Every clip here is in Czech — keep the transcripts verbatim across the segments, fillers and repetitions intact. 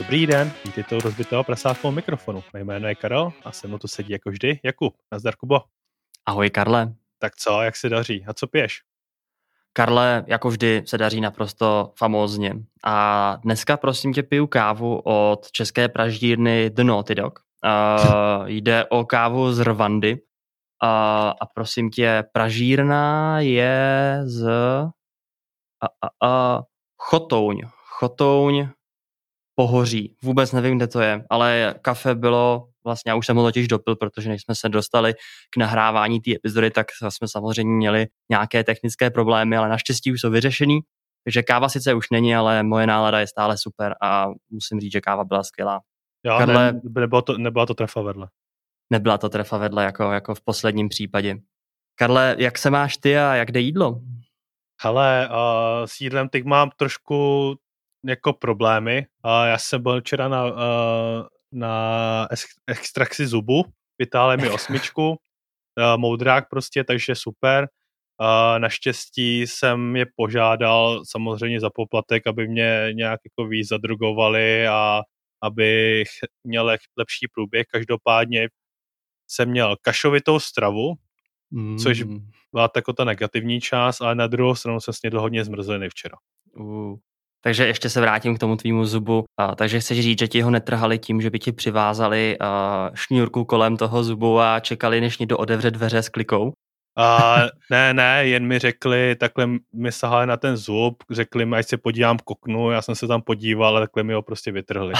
Dobrý den, vítejte u rozbitého prasátkou mikrofonu. Mé jméno je Karel a se mnou tu sedí jako vždy Jakub. Nazdar, Kubo. Ahoj, Karle. Tak co, jak se daří? A co piješ? Karle, jako vždy se daří naprosto famózně. A dneska prosím tě piju kávu od české praždírny The Naughty Dog. Uh, jde o kávu z Rwandy. Uh, a prosím tě, pražírna je z uh, uh, uh, Chotouň. Chotouň Pohoří. Vůbec nevím, kde to je, ale kafe bylo, vlastně já už jsem ho totiž dopil, protože než jsme se dostali k nahrávání té epizody, tak jsme samozřejmě měli nějaké technické problémy, ale naštěstí už jsou vyřešený. Takže káva sice už není, ale moje nálada je stále super a musím říct, že káva byla skvělá. Jo, Karle, ne, nebyla, to, nebyla to trefa vedle. Nebyla to trefa vedle, jako, jako v posledním případě. Karle, jak se máš ty a jak jde jídlo? Hele, uh, s jídlem teď mám trošku jako problémy. Uh, já jsem byl včera na, uh, na extrakci zubu, vytáhli mi osmičku, uh, moudrák prostě, takže super. Uh, naštěstí jsem je požádal samozřejmě za poplatek, aby mě nějak jako víc zadrugovali a abych měl lepší průběh. Každopádně jsem měl kašovitou stravu, mm. což byla jako ta negativní část, ale na druhou stranu jsem snědl hodně zmrzliny včera. Uh. Takže ještě se vrátím k tomu tvýmu zubu. Uh, takže chceš říct, že ti ho netrhali tím, že by ti přivázali uh, šňůrku kolem toho zubu a čekali, než někdo otevře dveře s klikou? Uh, ne, ne, jen mi řekli, takhle mi sahali na ten zub, řekli mi, ať se podívám, koknu, já jsem se tam podíval a takhle mi ho prostě vytrhli.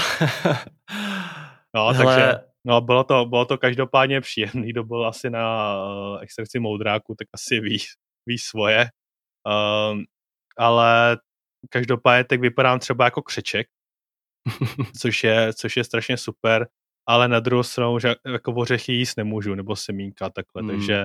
No, Hele. takže no, bylo to, bylo to každopádně příjemný, kdo byl asi na uh, extrakci moudráku, tak asi ví, ví svoje. Uh, ale každopádně tak vypadám třeba jako křeček, což je, což je strašně super, ale na druhou stranu, že jako ořechy jíst nemůžu, nebo semínka takhle, mm. takže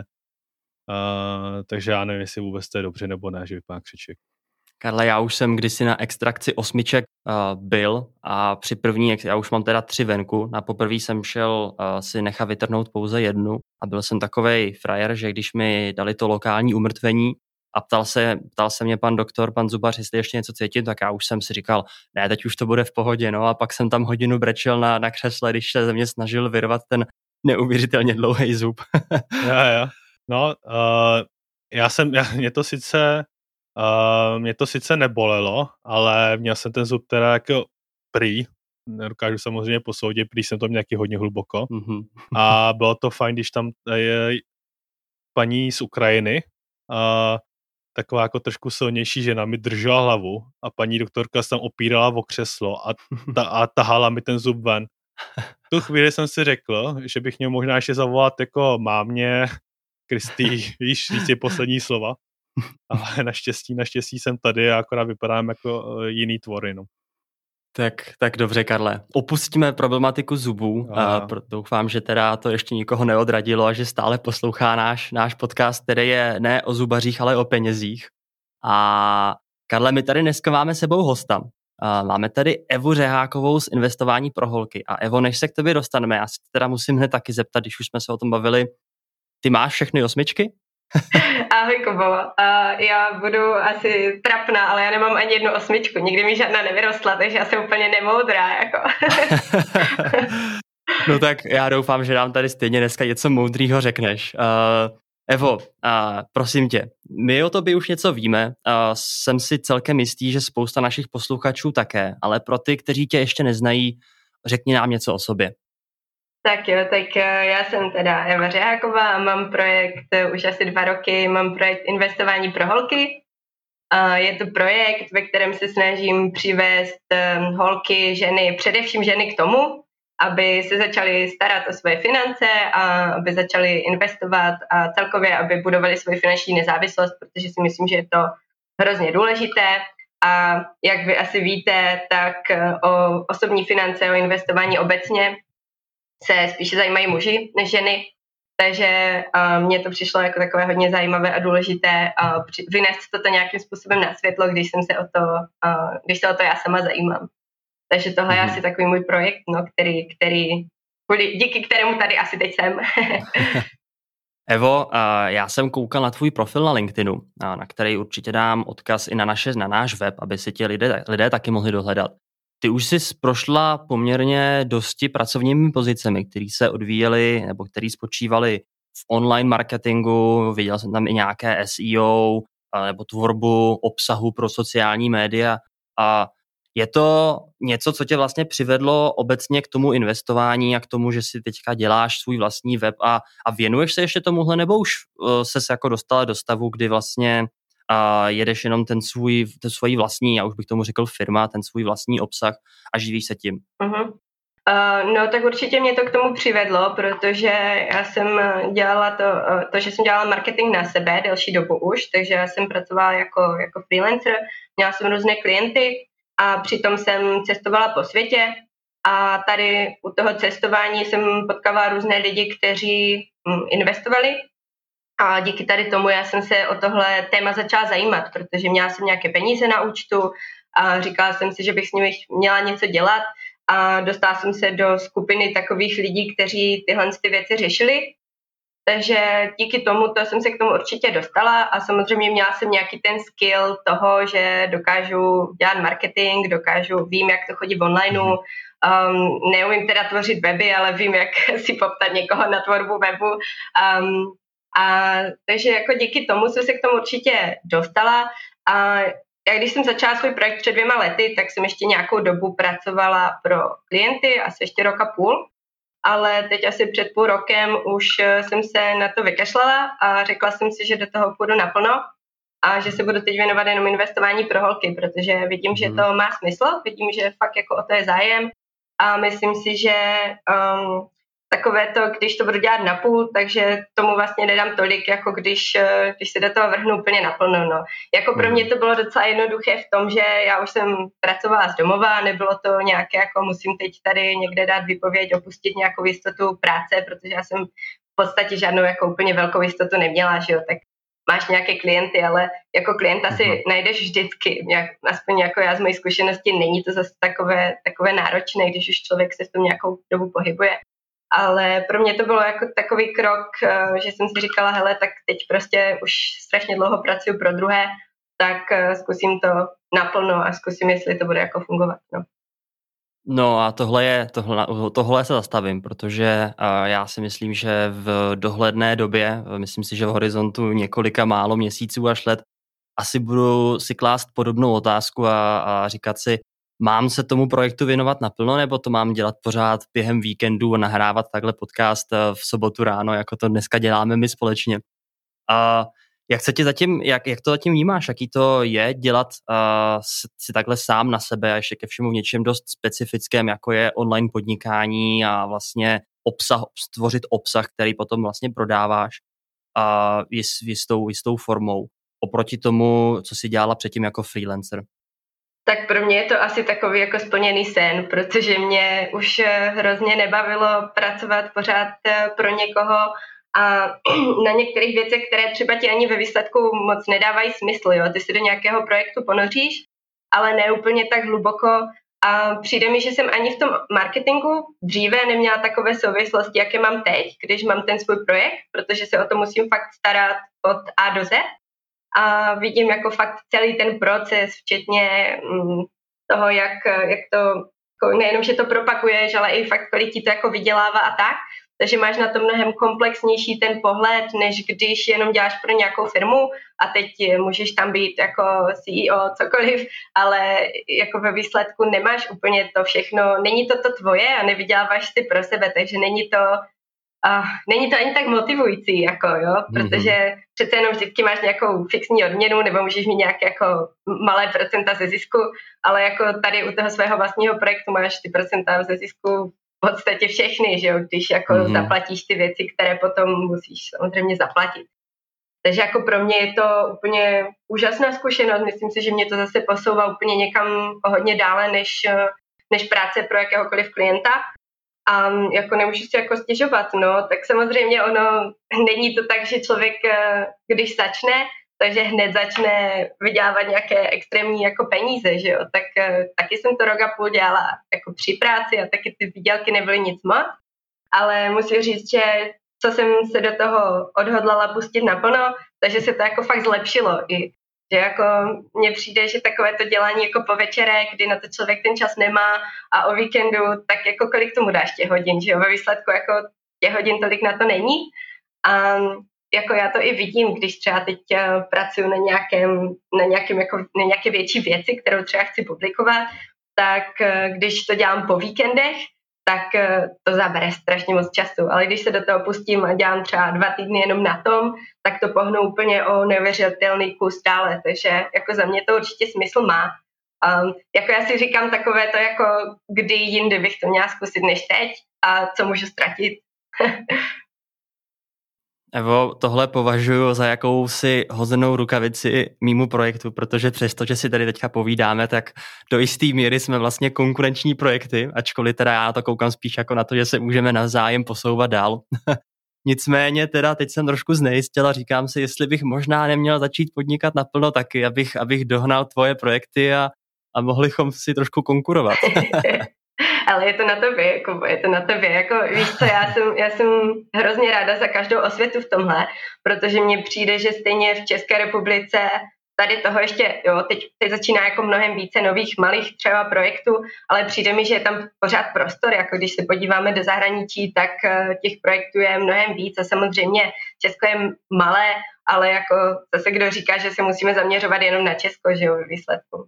uh, takže já nevím, jestli vůbec to je dobře nebo ne, že vypadá křeček. Karle, já už jsem kdysi na extrakci osmiček uh, byl a při první, já už mám teda tři venku, na poprvé jsem šel uh, si nechat vytrhnout pouze jednu a byl jsem takovej frajer, že když mi dali to lokální umrtvení a ptal se, ptal se mě pan doktor, pan zubař, jestli ještě něco cítím, tak já už jsem si říkal, ne, teď už to bude v pohodě, no a pak jsem tam hodinu brečel na, na křesle, když se ze mě snažil vyrvat ten neuvěřitelně dlouhý zub. jo, jo. No, uh, já jsem, já, mě to sice Uh, mě to sice nebolelo, ale měl jsem ten zub teda jako prý, nedokážu samozřejmě posoudit, prý jsem to měl nějaký hodně hluboko mm-hmm. a bylo to fajn, když tam je paní z Ukrajiny, uh, taková jako trošku silnější žena mi držela hlavu a paní doktorka se tam opírala o křeslo a, ta, a tahala mi ten zub ven. V tu chvíli jsem si řekl, že bych měl možná ještě zavolat jako mámě, Kristý, víš, říct je poslední slova. Ale naštěstí, naštěstí jsem tady a akorát vypadám jako jiný tvory, no. Tak, tak dobře, Karle. Opustíme problematiku zubů. A doufám, že teda to ještě nikoho neodradilo a že stále poslouchá náš, náš podcast, který je ne o zubařích, ale o penězích. A Karle, my tady dneska máme sebou hosta. A máme tady Evu Řehákovou z Investování pro holky. A Evo, než se k tobě dostaneme, já si teda musím hned taky zeptat, když už jsme se o tom bavili, ty máš všechny osmičky? Ahoj, Kubo. Uh, já budu asi trapná, ale já nemám ani jednu osmičku. Nikdy mi žádná nevyrostla, takže já jsem úplně nemoudrá. Jako. No tak já doufám, že nám tady stejně dneska něco moudrýho řekneš. Uh, Evo, uh, prosím tě, my o tobě už něco víme. Uh, jsem si celkem jistý, že spousta našich posluchačů také, ale pro ty, kteří tě ještě neznají, řekni nám něco o sobě. Tak jo, tak já jsem teda Eva Řeháková a mám projekt už asi dva roky, mám projekt Investování pro holky. Je to projekt, ve kterém se snažím přivést holky, ženy, především ženy k tomu, aby se začaly starat o svoje finance a aby začaly investovat a celkově, aby budovali svoji finanční nezávislost, protože si myslím, že je to hrozně důležité. A jak vy asi víte, tak o osobní finance, o investování obecně se spíše zajímají muži než ženy, takže uh, mně to přišlo jako takové hodně zajímavé a důležité uh, při, vynést toto nějakým způsobem na světlo, když jsem se o to, uh, když se o to já sama zajímám. Takže tohle mm-hmm. je asi takový můj projekt, no, který, který, díky kterému tady asi teď jsem. Evo, uh, já jsem koukal na tvůj profil na LinkedInu, uh, na který určitě dám odkaz i na, naše, na náš web, aby si ti lidé, lidé taky mohli dohledat. ty už jsi prošla poměrně dosti pracovními pozicemi, které se odvíjely nebo které spočívaly v online marketingu, viděl jsem tam i nějaké S E O nebo tvorbu obsahu pro sociální média. A je to něco, co tě vlastně přivedlo obecně k tomu investování a k tomu, že si teďka děláš svůj vlastní web a, a věnuješ se ještě tomuhle, nebo už uh, ses jako dostala do stavu, kdy vlastně uh, jedeš jenom ten svůj, ten svůj vlastní, já už bych tomu řekl firma, ten svůj vlastní obsah a živíš se tím? Uh-huh. Uh, no tak určitě mě to k tomu přivedlo, protože já jsem dělala to, uh, to, že jsem dělala marketing na sebe delší dobu už, takže já jsem pracovala jako, jako freelancer, měla jsem různé klienty a přitom jsem cestovala po světě a tady u toho cestování jsem potkávala různé lidi, kteří um, investovali a díky tady tomu já jsem se o tohle téma začala zajímat, protože měla jsem nějaké peníze na účtu a říkala jsem si, že bych s nimi měla něco dělat. A dostala jsem se do skupiny takových lidí, kteří tyhle ty věci řešili. Takže díky tomu to jsem se k tomu určitě dostala a samozřejmě měla jsem nějaký ten skill toho, že dokážu dělat marketing, dokážu, vím, jak to chodí v onlineu. Um, neumím teda tvořit weby, ale vím, jak si poptat někoho na tvorbu webu. Um, a takže jako díky tomu jsem se k tomu určitě dostala a já když jsem začala svůj projekt před dvěma lety, tak jsem ještě nějakou dobu pracovala pro klienty, asi ještě rok a půl, ale teď asi před půl rokem už jsem se na to vykašlala a řekla jsem si, že do toho půjdu naplno a že se budu teď věnovat jenom investování pro holky, protože vidím, že to má smysl, vidím, že fakt jako o to je zájem a myslím si, že um, takové to, když to budu dělat napůl, takže tomu vlastně nedám tolik, jako když, když se do toho vrhnu úplně naplno. No. Jako pro mě to bylo docela jednoduché v tom, že já už jsem pracovala z domova, nebylo to nějaké, jako musím teď tady někde dát výpověď, opustit nějakou jistotu práce, protože já jsem v podstatě žádnou jako úplně velkou jistotu neměla, že jo, tak máš nějaké klienty, ale jako klienta si najdeš vždycky, nějak, aspoň jako já z mojej zkušenosti, není to zase takové, takové náročné, když už člověk se v tom nějakou dobu pohybuje. Ale pro mě to bylo jako takový krok, že jsem si říkala, hele, tak teď prostě už strašně dlouho pracuji pro druhé, tak zkusím to naplno a zkusím, jestli to bude jako fungovat. No, no a tohle, je, tohle, tohle se zastavím, protože uh, já si myslím, že v dohledné době, myslím si, že v horizontu několika málo měsíců až let, asi budu si klást podobnou otázku a, a říkat si, mám se tomu projektu věnovat naplno, nebo to mám dělat pořád během víkendu a nahrávat takhle podcast v sobotu ráno, jako to dneska děláme my společně. A jak se ti zatím, jak, jak to zatím vnímáš, jaký to je dělat uh, si takhle sám na sebe a ještě ke všemu v něčem dost specifickém, jako je online podnikání a vlastně obsah, stvořit obsah, který potom vlastně prodáváš uh, jist, jistou, jistou formou, oproti tomu, co jsi dělala předtím jako freelancer? Tak pro mě je to asi takový jako splněný sen, protože mě už hrozně nebavilo pracovat pořád pro někoho a na některých věcech, které třeba ti ani ve výsledku moc nedávají smysl. Jo? Ty si do nějakého projektu ponoříš, ale ne úplně tak hluboko a přijde mi, že jsem ani v tom marketingu dříve neměla takové souvislosti, jaké mám teď, když mám ten svůj projekt, protože se o to musím fakt starat od A do Z. A vidím jako fakt celý ten proces, včetně mm, toho, jak, jak to, jako nejenom, že to propaguješ, ale i fakt, kolik ti to jako vydělává a tak. Takže máš na to mnohem komplexnější ten pohled, než když jenom děláš pro nějakou firmu a teď můžeš tam být jako C E O, cokoliv, ale jako ve výsledku nemáš úplně to všechno, není to to tvoje a nevyděláváš si pro sebe, takže není to Uh, není to ani tak motivující, jako, jo, protože mm-hmm. přece jenom vždycky máš nějakou fixní odměnu nebo můžeš mít nějaké jako malé procenta ze zisku, ale jako tady u toho svého vlastního projektu máš ty procenta ze zisku v podstatě všechny, že jo, když jako mm-hmm. zaplatíš ty věci, které potom musíš samozřejmě zaplatit. Takže jako pro mě je to úplně úžasná zkušenost, myslím si, že mě to zase posouvá úplně někam hodně dále než, než práce pro jakéhokoliv klienta. A jako nemůžu si jako stěžovat, no, tak samozřejmě ono, není to tak, že člověk, když začne, takže hned začne vydělávat nějaké extrémní jako peníze, že jo, tak taky jsem to rok a půl dělala jako při práci a taky ty výdělky nebyly nic moc, ale musím říct, že co jsem se do toho odhodlala pustit naplno, takže se to jako fakt zlepšilo i Že jako mně přijde, že takové to dělání jako po večerech, kdy na to člověk ten čas nemá a o víkendu, tak jako kolik tomu dáš těch hodin, že jo, ve výsledku jako těch hodin tolik na to není. A jako já to i vidím, když třeba teď pracuji na nějakém, na nějakém jako, na nějaké větší věci, kterou třeba chci publikovat, tak když to dělám po víkendech, tak to zabere strašně moc času. Ale když se do toho pustím a dělám třeba dva týdny jenom na tom, tak to pohnu úplně o neuvěřitelný kus dále. Takže jako za mě to určitě smysl má. Um, jako já si říkám takové to, jako kdy jindy bych to měla zkusit než teď a co můžu ztratit. Evo, tohle považuji za jakousi hozenou rukavici mýmu projektu, protože přesto, že si tady teďka povídáme, tak do jistý míry jsme vlastně konkurenční projekty, ačkoliv teda já to koukám spíš jako na to, že se můžeme navzájem posouvat dál. Nicméně teda teď jsem trošku znejistil, říkám si, jestli bych možná neměl začít podnikat naplno taky, abych, abych dohnal tvoje projekty a, a mohlichom si trošku konkurovat. Ale je to na tobě, jako, je to na tobě, jako víš co, já jsem, já jsem hrozně ráda za každou osvětu v tomhle, protože mně přijde, že stejně v České republice tady toho ještě, jo, teď, teď začíná jako mnohem více nových malých třeba projektů, ale přijde mi, že je tam pořád prostor, jako když se podíváme do zahraničí, tak těch projektů je mnohem víc a samozřejmě Česko je malé, ale jako zase kdo říká, že se musíme zaměřovat jenom na Česko, že jo, ve výsledku.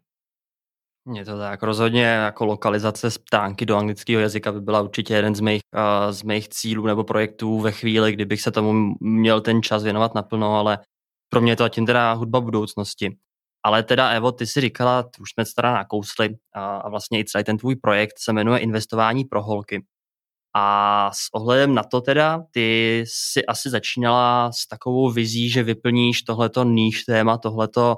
Je to tak, rozhodně jako lokalizace stránky do anglického jazyka by byla určitě jeden z mých, uh, z mých cílů nebo projektů ve chvíli, kdybych se tomu měl ten čas věnovat naplno, ale pro mě je to tím teda hudba budoucnosti. Ale teda Evo, ty si říkala, už jsme teda nakousli a, a vlastně i celý ten tvůj projekt se jmenuje Investování pro holky. A s ohledem na to teda, ty si asi začínala s takovou vizí, že vyplníš tohleto níž téma, tohleto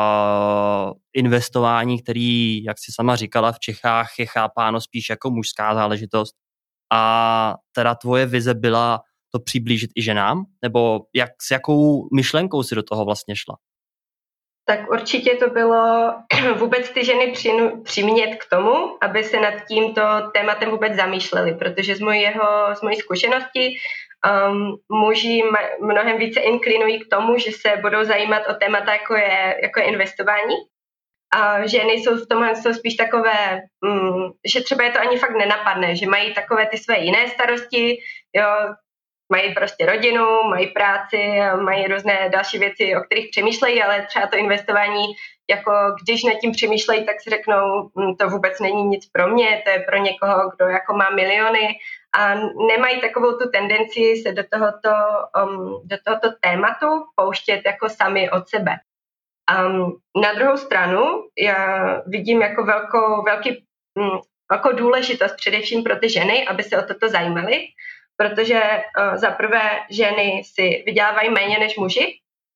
Uh, investování, který, jak jsi sama říkala, v Čechách je chápáno spíš jako mužská záležitost. A teda tvoje vize byla to přiblížit i ženám? Nebo jak, s jakou myšlenkou si do toho vlastně šla? Tak určitě to bylo vůbec ty ženy přinu, přimět k tomu, aby se nad tímto tématem vůbec zamýšleli, protože z mojeho, z mojí zkušenosti Um, muži mnohem více inklinují k tomu, že se budou zajímat o témata, jako je, jako je investování. A ženy jsou v tomhle jsou spíš takové, um, že třeba je to ani fakt nenapadne, že mají takové ty své jiné starosti, jo, mají prostě rodinu, mají práci, mají různé další věci, o kterých přemýšlejí, ale třeba to investování, jako když nad tím přemýšlejí, tak si řeknou, to vůbec není nic pro mě, to je pro někoho, kdo jako má miliony a nemají takovou tu tendenci se do tohoto, um, do tohoto tématu pouštět jako sami od sebe. Um, na druhou stranu já vidím jako velkou, velký, um, velkou důležitost především pro ty ženy, aby se o toto zajímaly, protože uh, za prvé ženy si vydělávají méně než muži,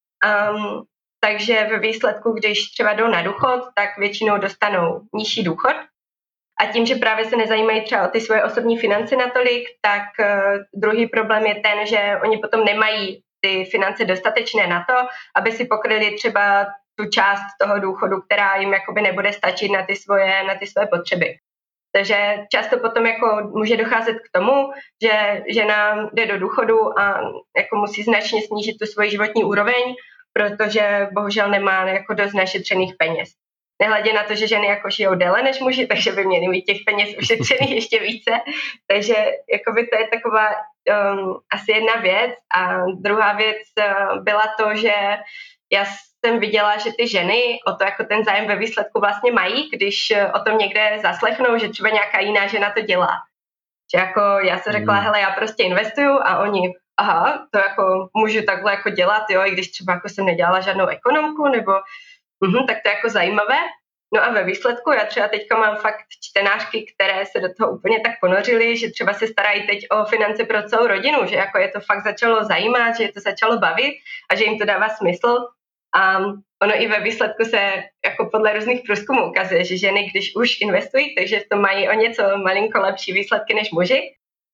um, takže ve výsledku, když třeba jdou na důchod, tak většinou dostanou nižší důchod. A tím, že právě se nezajímají třeba o ty svoje osobní finance natolik, tak uh, druhý problém je ten, že oni potom nemají ty finance dostatečné na to, aby si pokryli třeba tu část toho důchodu, která jim jakoby nebude stačit na ty svoje, na ty svoje potřeby. Takže často potom jako může docházet k tomu, že žena jde do důchodu a jako musí značně snížit tu svoji životní úroveň, protože bohužel nemá jako dost našetřených peněz. Nehledě na to, že ženy jako žijou déle než muži, takže by měly mít těch peněz ušetřených ještě více. Takže jakoby to je taková um, asi jedna věc. A druhá věc uh, byla to, že já jsem viděla, že ty ženy o to jako ten zájem ve výsledku vlastně mají, když o tom někde zaslechnou, že třeba nějaká jiná žena to dělá. Že jako já jsem řekla, hele, já prostě investuju a oni, aha, to jako můžu takhle jako dělat, jo, i když třeba jako jsem nedělala žádnou ekonomku, nebo mhm, tak to je jako zajímavé. No a ve výsledku já třeba teďka mám fakt čtenářky, které se do toho úplně tak ponořily, že třeba se starají teď o finance pro celou rodinu, že jako je to fakt začalo zajímat, že je to začalo bavit a že jim to dává smysl. A ono i ve výsledku se jako podle různých průzkumů ukazuje, že ženy, když už investují, takže v tom mají o něco malinko lepší výsledky než muži.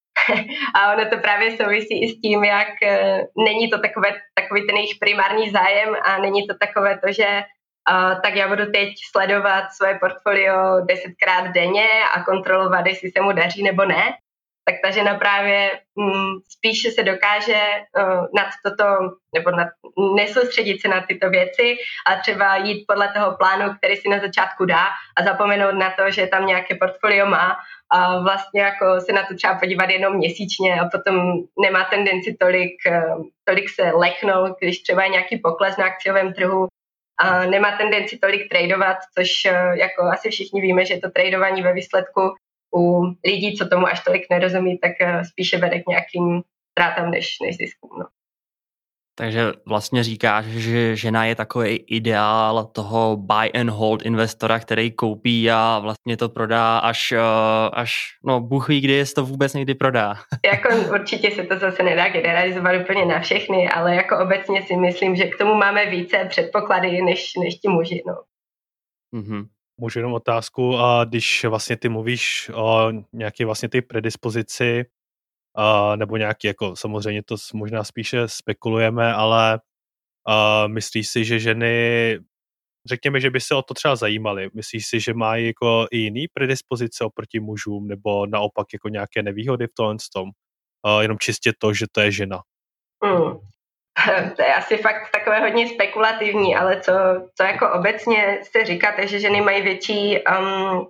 A ono to právě souvisí i s tím, jak není to takové, takový ten jejich primární zájem a není to takové to, že uh, tak já budu teď sledovat svoje portfolio desetkrát denně a kontrolovat, jestli se mu daří nebo ne. tak ta žena právě mm, spíše se dokáže uh, nad toto, nebo nad, nesoustředit se na tyto věci a třeba jít podle toho plánu, který si na začátku dá a zapomenout na to, že tam nějaké portfolio má a vlastně jako se na to třeba podívat jenom měsíčně a potom nemá tendenci tolik, uh, tolik se leknout, když třeba je nějaký pokles na akciovém trhu, a nemá tendenci tolik tradovat, což uh, jako asi všichni víme, že to tradování ve výsledku u lidí, co tomu až tolik nerozumí, tak uh, spíše vede k nějakým ztrátám než, než ziskům. No. Takže vlastně říkáš, že žena je takový ideál toho buy and hold investora, který koupí a vlastně to prodá až, až no Bůh ví, kdy jest to vůbec někdy prodá. Jako určitě se to zase nedá generalizovat úplně na všechny, ale jako obecně si myslím, že k tomu máme více předpoklady než, než ti muži. No. Mm-hmm. Můžu jenom otázku, a když vlastně ty mluvíš o nějaké vlastně ty predispozici, Uh, nebo nějaký, jako samozřejmě to možná spíše spekulujeme, ale uh, myslíš si, že ženy, řekněme, že by se o to třeba zajímaly, myslíš si, že mají jako i jiný predispozice oproti mužům, nebo naopak jako nějaké nevýhody v tomhle tom? Uh, jenom čistě to, že to je žena. Hmm. To je asi fakt takové hodně spekulativní, ale co, co jako obecně se říkáte, že ženy mají větší, um,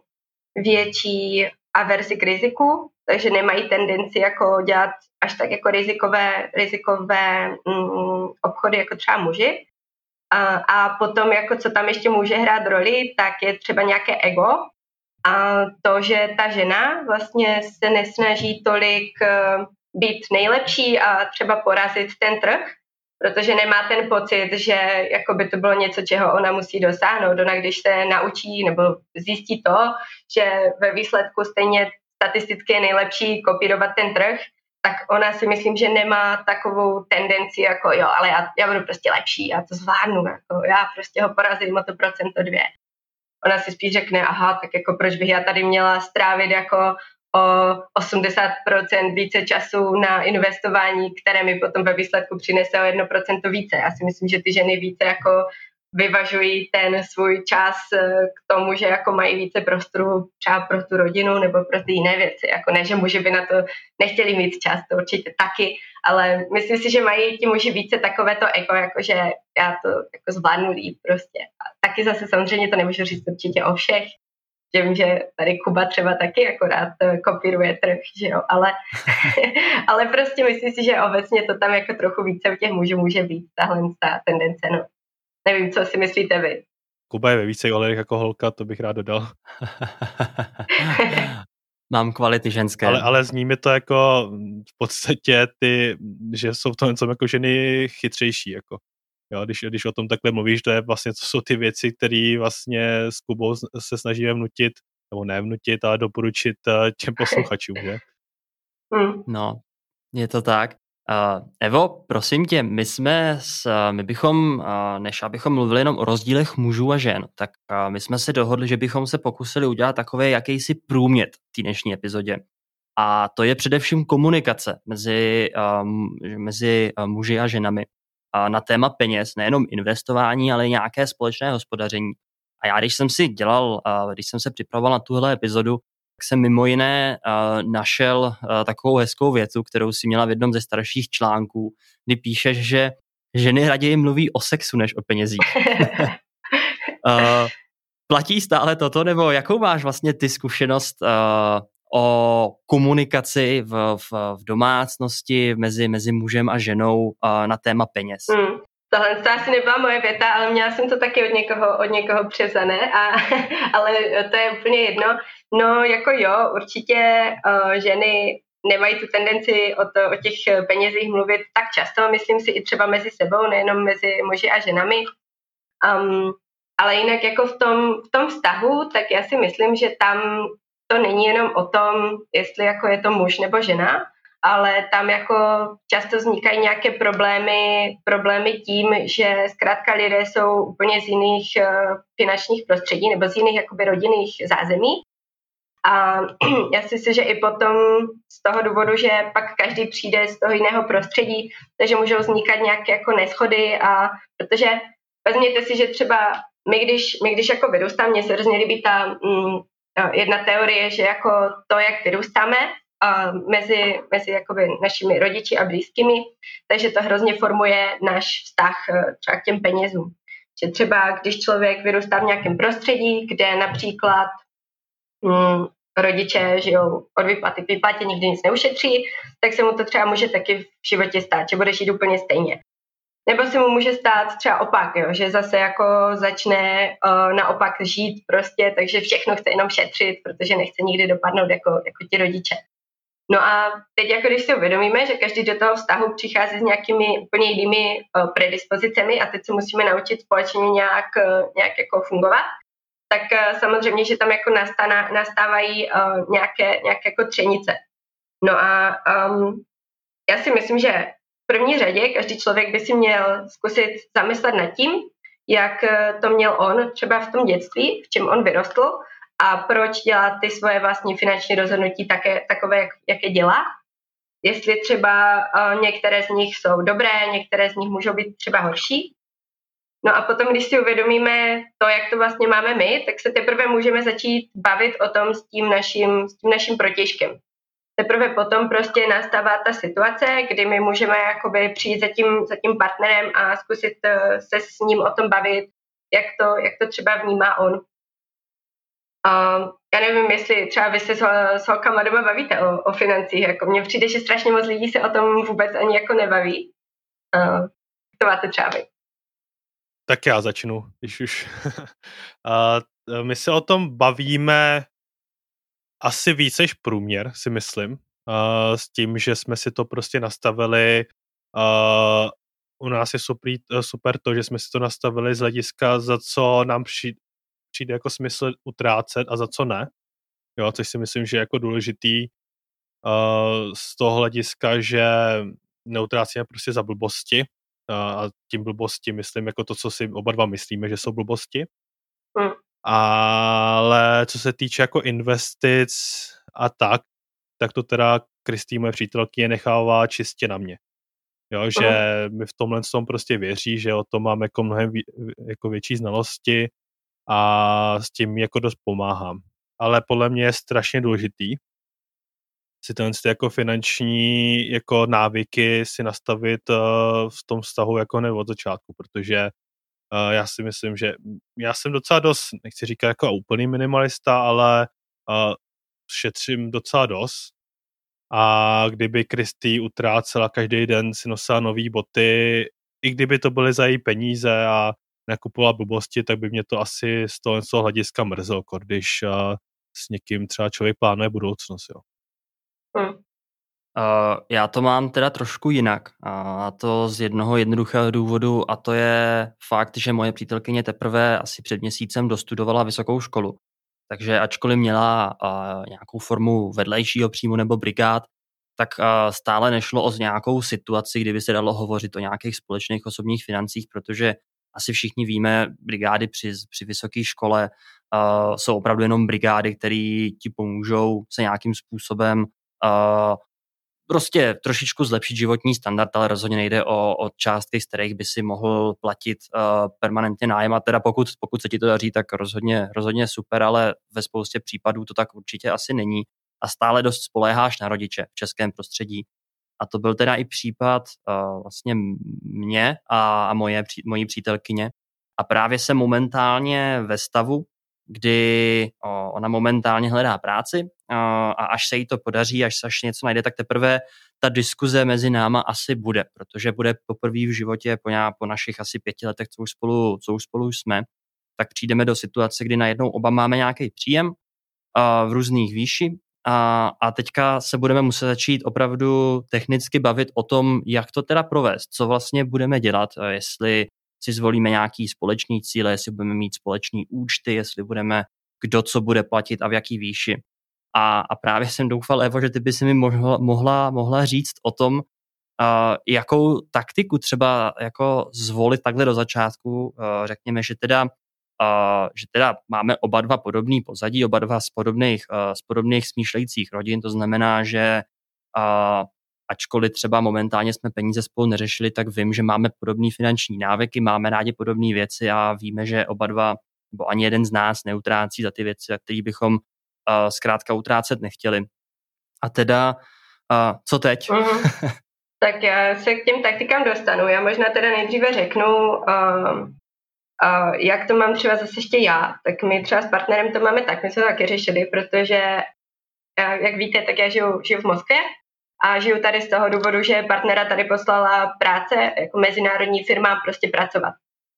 větší averzi k riziku, takže nemají tendenci jako dělat až tak jako rizikové, rizikové mm, obchody jako třeba muži. A, a potom, jako co tam ještě může hrát roli, tak je třeba nějaké ego a to, že ta žena vlastně se nesnaží tolik uh, být nejlepší a třeba porazit ten trh, protože nemá ten pocit, že jako by to bylo něco, čeho ona musí dosáhnout. Ona když se naučí nebo zjistí to, že ve výsledku stejně statisticky je nejlepší kopírovat ten trh, tak ona si myslím, že nemá takovou tendenci jako jo, ale já, já budu prostě lepší, já to zvládnu, jako já prostě ho porazím o to procento dvě. Ona si spíš řekne, aha, tak jako proč bych já tady měla strávit jako o osmdesát procent více času na investování, které mi potom ve výsledku přinese o jedno procento více. Já si myslím, že ty ženy více jako vyvažují ten svůj čas k tomu, že jako mají více prostoru třeba pro tu rodinu nebo pro ty jiné věci. Jako ne, že muži by na to nechtěli mít čas, to určitě taky, ale myslím si, že mají ti muži více takovéto ego, jakože já to jako zvládnu líp prostě. A taky zase samozřejmě to nemůžu říct určitě o všech, že vím, že tady Kuba třeba taky akorát kopíruje trh, že jo, ale, ale prostě myslím si, že obecně to tam jako trochu více u těch mužů může být, tahle ta tendence, no. Nevím, co si myslíte vy. Kuba je ve více ohledech jako holka, to bych rád dodal. Mám kvality ženské. Ale, ale zní mi to jako v podstatě ty, že jsou to něco jako ženy chytřejší, jako. Jo, když, když o tom takhle mluvíš, to je vlastně, to jsou ty věci, které vlastně s Kubou se snažíme vnutit, nebo ne vnutit, ale doporučit těm posluchačům, že? Hmm. No, je to tak. Uh, Evo, prosím tě, my jsme, s, my bychom, uh, než abychom mluvili jenom o rozdílech mužů a žen, tak uh, my jsme se dohodli, že bychom se pokusili udělat takový jakýsi průměr v té dnešní epizodě. A to je především komunikace mezi, um, mezi uh, muži a ženami uh, na téma peněz, nejenom investování, ale i nějaké společné hospodaření. A já, když jsem si dělal, uh, když jsem se připravoval na tuhle epizodu, tak jsem mimo jiné uh, našel uh, takovou hezkou větu, kterou si měla v jednom ze starších článků, kdy píšeš, že ženy raději mluví o sexu než o penězích. uh, platí stále toto, nebo jakou máš vlastně ty zkušenost uh, o komunikaci v, v, v domácnosti mezi, mezi mužem a ženou uh, na téma peněz? Hmm. Tohle to asi nebyla moje věta, ale měla jsem to taky od někoho, od někoho převzané, a, ale to je úplně jedno. No jako jo, určitě uh, ženy nemají tu tendenci o, to, o těch penězích mluvit tak často, myslím si i třeba mezi sebou, nejenom mezi muži a ženami. Um, ale jinak jako v tom, v tom vztahu, tak já si myslím, že tam to není jenom o tom, jestli jako je to muž nebo žena, ale tam jako často vznikají nějaké problémy, problémy tím, že zkrátka lidé jsou úplně z jiných uh, finančních prostředí nebo z jiných jakoby rodinných zázemí. A já si myslím, že i potom z toho důvodu, že pak každý přijde z toho jiného prostředí, takže můžou vznikat nějaké jako neshody, a protože vezměte si, že třeba my když, my když jako vyrůstáme, mně se hrozně líbí ta mm, jedna teorie, že jako to, jak vyrůstáme, uh, mezi, mezi jakoby našimi rodiči a blízkými, takže to hrozně formuje náš vztah uh, třeba k těm penězům. Že třeba když člověk vyrůstá v nějakém prostředí, kde například hm, rodiče žijou od výplaty k výplatě, nikdy nic neušetří, tak se mu to třeba může taky v životě stát, že bude žít úplně stejně. Nebo se mu může stát třeba opak, jo, že zase jako začne uh, naopak žít prostě, takže všechno chce jenom šetřit, protože nechce nikdy dopadnout jako, jako ti rodiče. No a teď jako když si uvědomíme, že každý do toho vztahu přichází s nějakými úplně jinými uh, predispozicemi a teď se musíme naučit společně nějak, uh, nějak jako fungovat, tak uh, samozřejmě, že tam jako nastana, nastávají uh, nějaké, nějaké jako třenice. No a um, já si myslím, že v první řadě každý člověk by si měl zkusit zamyslet nad tím, jak to měl on třeba v tom dětství, v čem on vyrostl a proč dělá ty svoje vlastní finanční rozhodnutí také, takové, jak, jaké dělá. Jestli třeba uh, některé z nich jsou dobré, některé z nich můžou být třeba horší. No a potom, když si uvědomíme to, jak to vlastně máme my, tak se teprve můžeme začít bavit o tom s tím naším, s tím naším protějškem. Teprve potom prostě nastává ta situace, kdy my můžeme jakoby přijít za tím, za tím partnerem a zkusit se s ním o tom bavit, jak to, jak to třeba vnímá on. Uh, já nevím, jestli třeba vy se s, s holkama doma bavíte o, o financích. Jako mně přijde, že strašně moc lidí se o tom vůbec ani jako nebaví. Uh, to máte třeba vy. Tak já začnu, když už. uh, my se o tom bavíme asi víc než průměr, si myslím. Uh, s tím, že jsme si to prostě nastavili. Uh, u nás je super, super to, že jsme si to nastavili z hlediska, za co nám přijde, přijde jako smysl utrácet a za co ne. Jo, což si myslím, že je jako důležitý uh, z toho hlediska, že neutrácíme prostě za blbosti. Uh, a tím blbosti myslím jako to, co si oba dva myslíme, že jsou blbosti. Mm. Ale co se týče jako investic a tak, tak to teda Kristý, moje přítelkyně, nechává čistě na mě. Jo, že uh-huh. mi v tomhle tom prostě věří, že o tom mám jako mnohem vě, jako větší znalosti a s tím jako dost pomáhám. Ale podle mě je strašně důležitý si tenhle jako finanční jako návyky si nastavit uh, v tom vztahu jako ne od začátku, protože Uh, já si myslím, že já jsem docela dost, nechci říkat jako úplný minimalista, ale uh, šetřím docela dost. A kdyby Kristý utrácela každý den, si nosila nový boty, i kdyby to byly za její peníze a nekupovala blbosti, tak by mě to asi z toho, z toho hlediska mrzelo, když uh, s někým třeba člověk plánuje budoucnost. Jo. Hmm. Uh, já to mám teda trošku jinak a to z jednoho jednoduchého důvodu a to je fakt, že moje přítelkyně teprve asi před měsícem dostudovala vysokou školu. Takže ačkoliv měla uh, nějakou formu vedlejšího příjmu nebo brigád, tak uh, stále nešlo o nějakou situaci, kdyby se dalo hovořit o nějakých společných osobních financích, protože asi všichni víme, brigády při, při vysoké škole uh, jsou opravdu jenom brigády, které ti pomůžou se nějakým způsobem uh, prostě trošičku zlepšit životní standard, ale rozhodně nejde o, o částky, z kterých by si mohl platit uh, permanentně nájem. A teda pokud, pokud se ti to daří, tak rozhodně, rozhodně super, ale ve spoustě případů to tak určitě asi není. A stále dost spoléháš na rodiče v českém prostředí. A to byl teda i případ uh, vlastně mě a, a moje, mojí přítelkyně. A právě se momentálně ve stavu, kdy o, ona momentálně hledá práci o, a až se jí to podaří, až se až něco najde, tak teprve ta diskuze mezi náma asi bude, protože bude poprvé v životě po, ně, po našich asi pěti letech, co už spolu, co už spolu jsme, tak přijdeme do situace, kdy najednou oba máme nějaký příjem a, v různých výši a, a teďka se budeme muset začít opravdu technicky bavit o tom, jak to teda provést, co vlastně budeme dělat, jestli si zvolíme nějaký společný cíle, jestli budeme mít společný účty, jestli budeme, kdo co bude platit a v jaký výši. A, a právě jsem doufal, Evo, že ty by si mi mohla, mohla, mohla říct o tom, uh, jakou taktiku třeba jako zvolit takhle do začátku. Uh, řekněme, že teda, uh, že teda máme oba dva podobný pozadí, oba dva z podobných, uh, z podobných smýšlejících rodin, to znamená, že uh, ačkoliv třeba momentálně jsme peníze spolu neřešili, tak vím, že máme podobné finanční návyky, máme rádi podobné věci a víme, že oba dva, nebo ani jeden z nás neutrácí za ty věci, za které bychom uh, zkrátka utrácet nechtěli. A teda, uh, co teď? Mm-hmm. Tak já se k těm taktikám dostanu. Já možná teda nejdříve řeknu, uh, uh, jak to mám třeba zase ještě já. Tak my třeba s partnerem to máme tak, my jsme to taky řešili, protože, uh, jak víte, tak já žiju, žiju v Moskvě a žiju tady z toho důvodu, že partnera tady poslala práce, jako mezinárodní firma, prostě pracovat.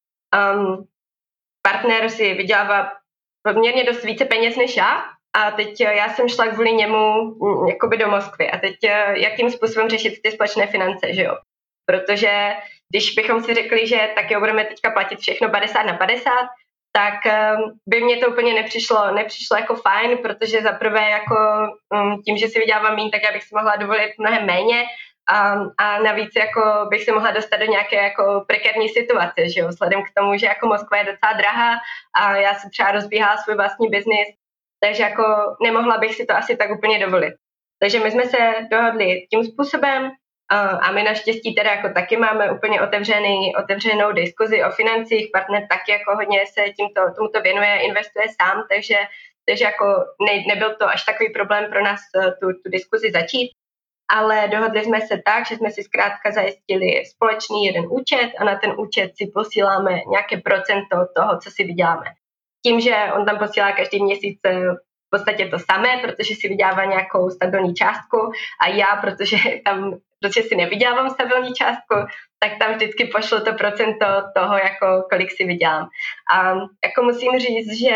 Um, partner si vydělává poměrně dost více peněz než já a teď já jsem šla kvůli němu jakoby do Moskvy a teď jakým způsobem řešit ty společné finance, že jo? Protože když bychom si řekli, že tak jo, budeme teďka platit všechno padesát na padesát, tak by mě to úplně nepřišlo, nepřišlo jako fajn, protože zaprvé jako tím, že si vydělávám méně, tak já bych si mohla dovolit mnohem méně a, a navíc jako bych se mohla dostat do nějaké jako prekérní situace, že jo, vzhledem k tomu, že jako Moskva je docela drahá a já si třeba rozbíhala svůj vlastní biznis, takže jako nemohla bych si to asi tak úplně dovolit. Takže my jsme se dohodli tím způsobem a my naštěstí teda jako taky máme úplně otevřený, otevřenou diskuzi o financích, partner taky jako hodně se tímto, tomuto věnuje, investuje sám, takže, takže jako ne, nebyl to až takový problém pro nás tu, tu diskuzi začít. Ale dohodli jsme se tak, že jsme si zkrátka zajistili společný jeden účet a na ten účet si posíláme nějaké procento toho, co si vyděláme. Tím, že on tam posílá každý měsíc v podstatě to samé, protože si vydělává nějakou stabilní částku a já, protože tam, protože si nevydělávám stabilní částku, tak tam vždycky pošlu to procento toho, jako kolik si vydělám. A jako musím říct, že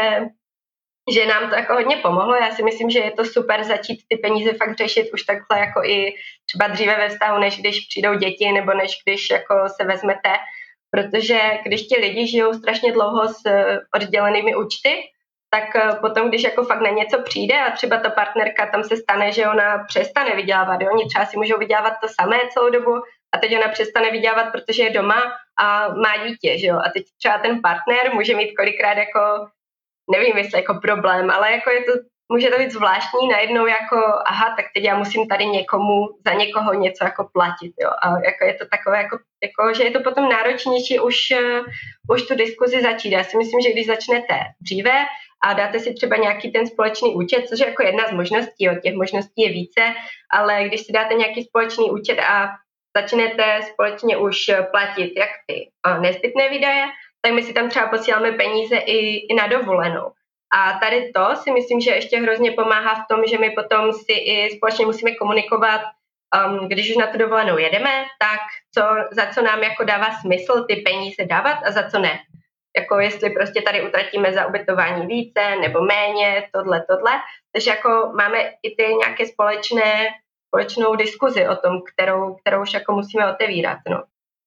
že nám to jako hodně pomohlo. Já si myslím, že je to super začít ty peníze fakt řešit už takhle jako i třeba dříve ve vztahu, než když přijdou děti nebo než když jako se vezmete, protože když ti lidi žijou strašně dlouho s oddělenými účty, tak potom, když jako fakt na něco přijde a třeba ta partnerka, tam se stane, že ona přestane vydělávat, jo? Oni třeba si můžou vydělávat to samé celou dobu a teď ona přestane vydělávat, protože je doma a má dítě, že jo? A teď třeba ten partner může mít kolikrát jako nevím, jestli jako problém, ale jako je to, může to být zvláštní najednou jako, aha, tak teď já musím tady někomu, za někoho něco jako platit, jo, a jako je to takové jako, jako že je to potom náročnější už, uh, už tu diskuzi začít. Já si myslím, že když začnete dříve a dáte si třeba nějaký ten společný účet, což je jako jedna z možností, jo, těch možností je více, ale když si dáte nějaký společný účet a začnete společně už platit jak ty uh, nezbytné výdaje, tak my si tam třeba posíláme peníze i, i na dovolenou. A tady to si myslím, že ještě hrozně pomáhá v tom, že my potom si i společně musíme komunikovat, um, když už na tu dovolenou jedeme, tak co, za co nám jako dává smysl ty peníze dávat a za co ne. Jako jestli prostě tady utratíme za ubytování více nebo méně, tohle, tohle. Takže jako máme i ty nějaké společné, společnou diskuzi o tom, kterou, kterou už jako musíme otevírat. No.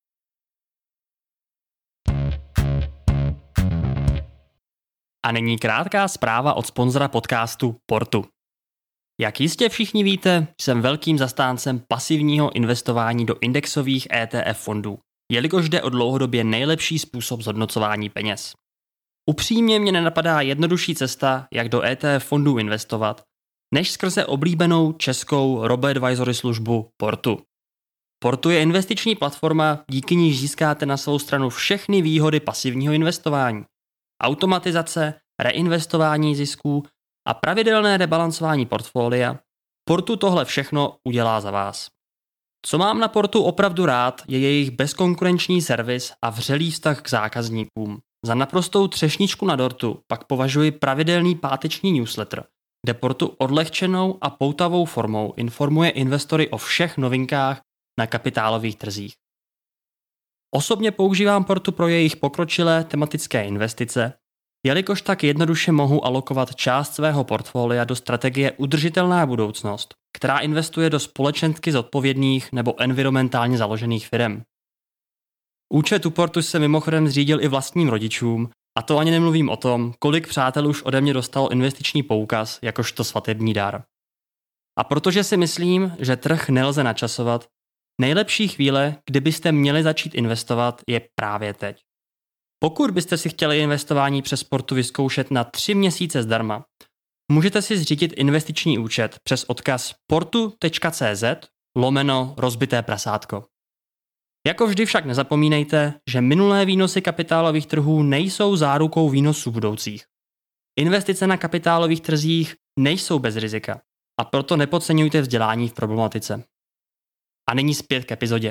A nyní krátká zpráva od sponzora podcastu Portu. Jak jistě všichni víte, jsem velkým zastáncem pasivního investování do indexových E T F fondů, jelikož jde o dlouhodobě nejlepší způsob zhodnocování peněz. Upřímně mě nenapadá jednodušší cesta, jak do E T F fondů investovat, než skrze oblíbenou českou robo-advisory službu Portu. Portu je investiční platforma, díky níž získáte na svou stranu všechny výhody pasivního investování. Automatizace, reinvestování zisků a pravidelné rebalancování portfolia. Portu tohle všechno udělá za vás. Co mám na Portu opravdu rád, je jejich bezkonkurenční servis a vřelý vztah k zákazníkům. Za naprostou třešničku na dortu pak považuji pravidelný páteční newsletter, kde Portu odlehčenou a poutavou formou informuje investory o všech novinkách na kapitálových trzích. Osobně používám Portu pro jejich pokročilé tematické investice, jelikož tak jednoduše mohu alokovat část svého portfolia do strategie Udržitelná budoucnost, která investuje do společensky zodpovědných nebo environmentálně založených firem. Účet u Portu se mimochodem zřídil i vlastním rodičům, a to ani nemluvím o tom, kolik přátel už ode mě dostalo investiční poukaz jakožto svatební dar. A protože si myslím, že trh nelze načasovat, nejlepší chvíle, kdybyste měli začít investovat, je právě teď. Pokud byste si chtěli investování přes Portu vyzkoušet na tři měsíce zdarma, můžete si zřídit investiční účet přes odkaz portu.cz lomeno rozbité prasátko. Jako vždy však nezapomínejte, že minulé výnosy kapitálových trhů nejsou zárukou výnosů budoucích. Investice na kapitálových trzích nejsou bez rizika A proto nepodceňujte vzdělání v problematice. A nyní zpět k epizodě.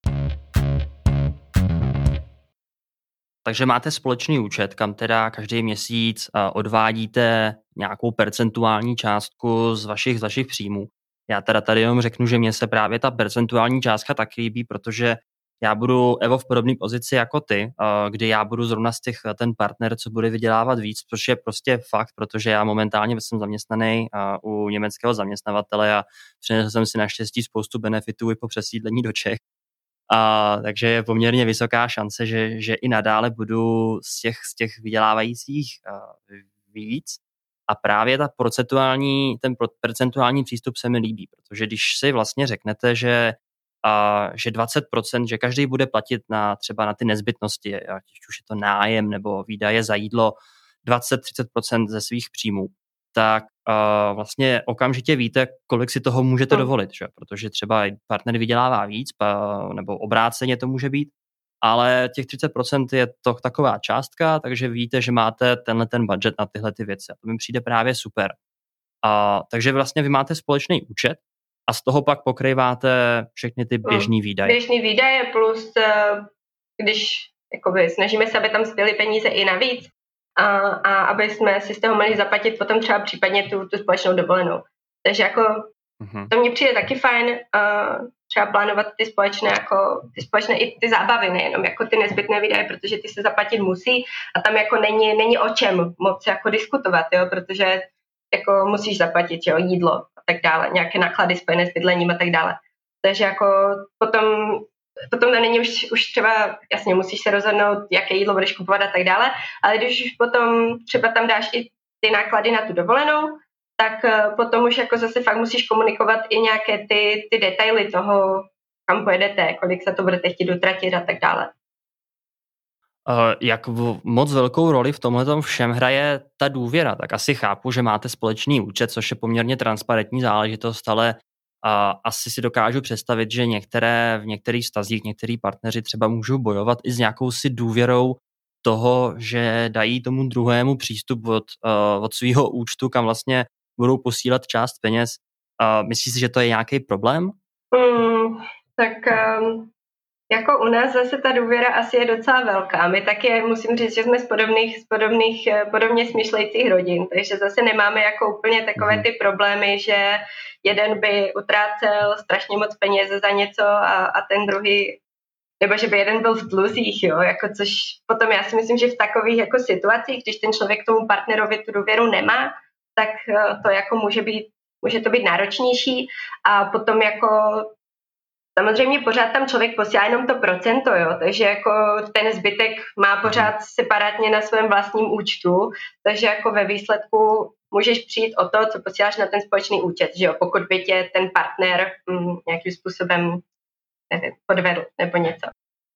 Takže máte společný účet, kam teda každý měsíc odvádíte nějakou percentuální částku z vašich, z vašich příjmů. Já teda tady jenom řeknu, že mně se právě ta percentuální částka tak líbí, protože já budu, Evo, v podobné pozici jako ty, kdy já budu zrovna z těch ten partner, co bude vydělávat víc, což je prostě fakt, protože já momentálně jsem zaměstnaný u německého zaměstnavatele a přinesl jsem si naštěstí spoustu benefitů i po přesídlení do Čech. A, takže je poměrně vysoká šance, že, že i nadále budu z těch, z těch vydělávajících uh, víc. A právě ta procentuální, ten percentuální přístup se mi líbí, protože když si vlastně řeknete, že, uh, že dvacet procent, že každý bude platit na, třeba na ty nezbytnosti, ať už je to nájem nebo výdaje za jídlo, dvacet až třicet procent ze svých příjmů, tak uh, vlastně okamžitě víte, kolik si toho můžete dovolit, že? Protože třeba partner vydělává víc, pa, nebo obráceně to může být, ale těch třicet procent je to taková částka, takže víte, že máte tenhle ten budget na tyhle ty věci. A to mi přijde právě super. A, takže vlastně vy máte společný účet a z toho pak pokrýváte všechny ty běžný výdaje. Běžný výdaje plus, když jakoby, snažíme se, aby tam zbyly peníze i navíc, A, a aby jsme si z toho mohli zaplatit potom třeba případně tu, tu společnou dovolenou. Takže jako uh-huh. to mně přijde taky fajn uh, třeba plánovat ty společné, jako, ty společné i ty zábavy, nejenom jako ty nezbytné výdaje, protože ty se zaplatit musí a tam jako není, není o čem moc jako diskutovat, jo, protože jako musíš zaplatit, jo, jídlo a tak dále, nějaké náklady spojené s bydlením a tak dále. Takže jako potom Potom to není už, už třeba, jasně, musíš se rozhodnout, jaké jídlo budeš kupovat a tak dále, ale když už potom třeba tam dáš i ty náklady na tu dovolenou, tak potom už jako zase fakt musíš komunikovat i nějaké ty, ty detaily toho, kam pojedete, kolik se to budete chtít utratit a tak dále. Uh, jak v, moc velkou roli v tomhletom všem hraje ta důvěra, tak asi chápu, že máte společný účet, což je poměrně transparentní záležitost, ale a asi si dokážu představit, že některé, v některých vztazích některý partneři třeba můžou bojovat i s nějakou si důvěrou toho, že dají tomu druhému přístup od, uh, od svého účtu, kam vlastně budou posílat část peněz. Uh, myslíš si, že to je nějaký problém? Mm, tak um, jako u nás zase ta důvěra asi je docela velká. My taky musím říct, že jsme z podobných, z podobných podobně smýšlejících rodin, takže zase nemáme jako úplně takové ty problémy, že jeden by utrácel strašně moc peněz za něco a, a ten druhý, nebo že by jeden byl v dluzích, jo, jako což potom já si myslím, že v takových jako situacích, když ten člověk tomu partnerovi tu důvěru nemá, tak to jako může být, může to být náročnější a potom jako samozřejmě pořád tam člověk posílá jenom to procento, jo, takže jako ten zbytek má pořád separátně na svém vlastním účtu, takže jako ve výsledku můžeš přijít o to, co posíláš na ten společný účet, že jo, pokud by tě ten partner mm, nějakým způsobem nevím, podvedl nebo něco.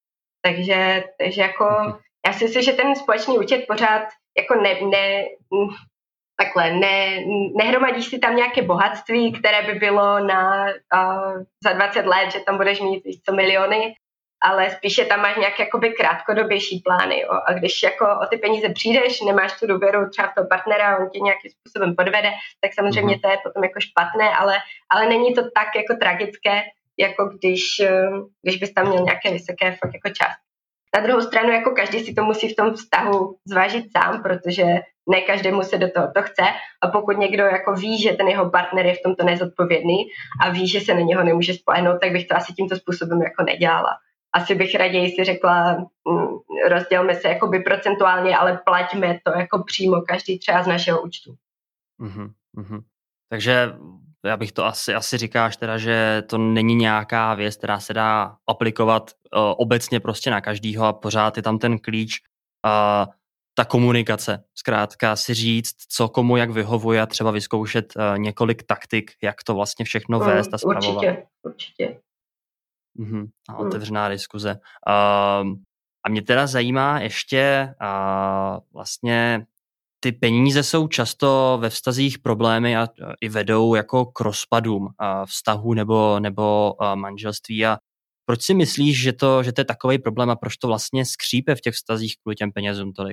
Takže, takže jako já si myslím, že ten společný účet pořád jako ne, ne takhle, ne, nehromadíš si tam nějaké bohatství, které by bylo na uh, za dvacet let, že tam budeš mít víc co miliony, ale spíše tam máš nějaké jakoby krátkodobější plány. Jo. A když jako o ty peníze přijdeš, nemáš tu důvěru třeba v toho partnera, on tě nějakým způsobem podvede, tak samozřejmě mm-hmm. to je potom jako špatné, ale, ale není to tak jako tragické, jako když, když bys tam měl nějaké vysoké fakt jako částky. Na druhou stranu, jako každý si to musí v tom vztahu zvážit sám, protože ne každému se do toho to chce a pokud někdo jako ví, že ten jeho partner je v tomto nezodpovědný a ví, že se na něho nemůže spolehnout, tak bych to asi tímto způsobem jako nedělala. Asi bych raději si řekla, mm, rozdělme se jakoby procentuálně, ale plaťme to jako přímo každý třeba z našeho účtu. Mm-hmm, mm-hmm. Takže já bych to asi, asi říkáš teda, že to není nějaká věc, která se dá aplikovat uh, obecně prostě na každýho a pořád je tam ten klíč uh, ta komunikace. Zkrátka si říct, co komu jak vyhovuje a třeba vyzkoušet uh, několik taktik, jak to vlastně všechno vést a spravovat. Určitě, určitě. Mm-hmm. A otevřená mm. diskuze. Uh, a mě teda zajímá ještě uh, vlastně ty peníze jsou často ve vztazích problémy a i vedou jako k rozpadům vztahů nebo, nebo manželství. A proč si myslíš, že to, že to je takový problém a proč to vlastně skřípe v těch vztazích kvůli těm penězům tolik?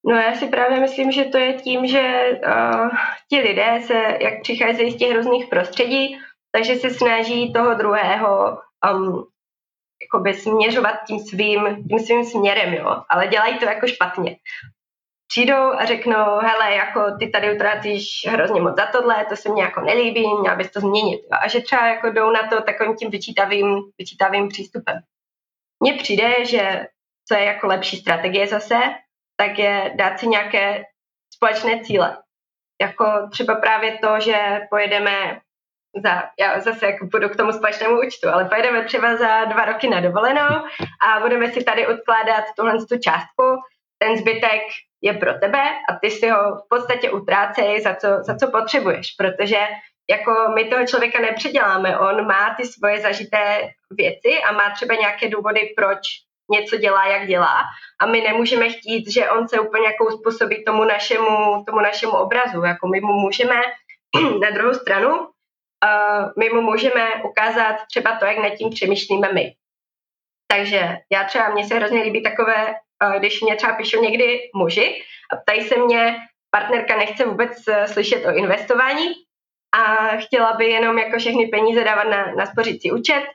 No já si právě myslím, že to je tím, že uh, ti lidé se, jak přicházejí z těch různých prostředí, takže se snaží toho druhého um, jakoby směřovat tím svým, tím svým směrem, jo, ale dělají to jako špatně. Přijdou a řeknou, hele, jako ty tady utrácíš hrozně moc za tohle, to se mně jako nelíbí, měla bys to změnit. Jo. A že třeba jako jdou na to takovým tím vyčítavým, vyčítavým přístupem. Mně přijde, že co je jako lepší strategie zase, tak je dát si nějaké společné cíle. Jako třeba právě to, že pojedeme za, já zase jako půjdu k tomu společnému účtu, ale pojedeme třeba za dva roky na dovolenou a budeme si tady odkládat tuhle tu částku, ten zbytek je pro tebe a ty si ho v podstatě utrácej za co, za co potřebuješ, protože jako my toho člověka nepředěláme, on má ty svoje zažité věci a má třeba nějaké důvody, proč něco dělá, jak dělá a my nemůžeme chtít, že on se úplně jako uspůsobí tomu našemu, tomu našemu obrazu, jako my mu můžeme na druhou stranu, uh, my mu můžeme ukázat třeba to, jak nad tím přemýšlíme my. Takže já třeba, mně se hrozně líbí takové, uh, když mě třeba píšou někdy muži a ptají se mě, partnerka nechce vůbec uh, slyšet o investování a chtěla by jenom jako všechny peníze dávat na, na spořící účet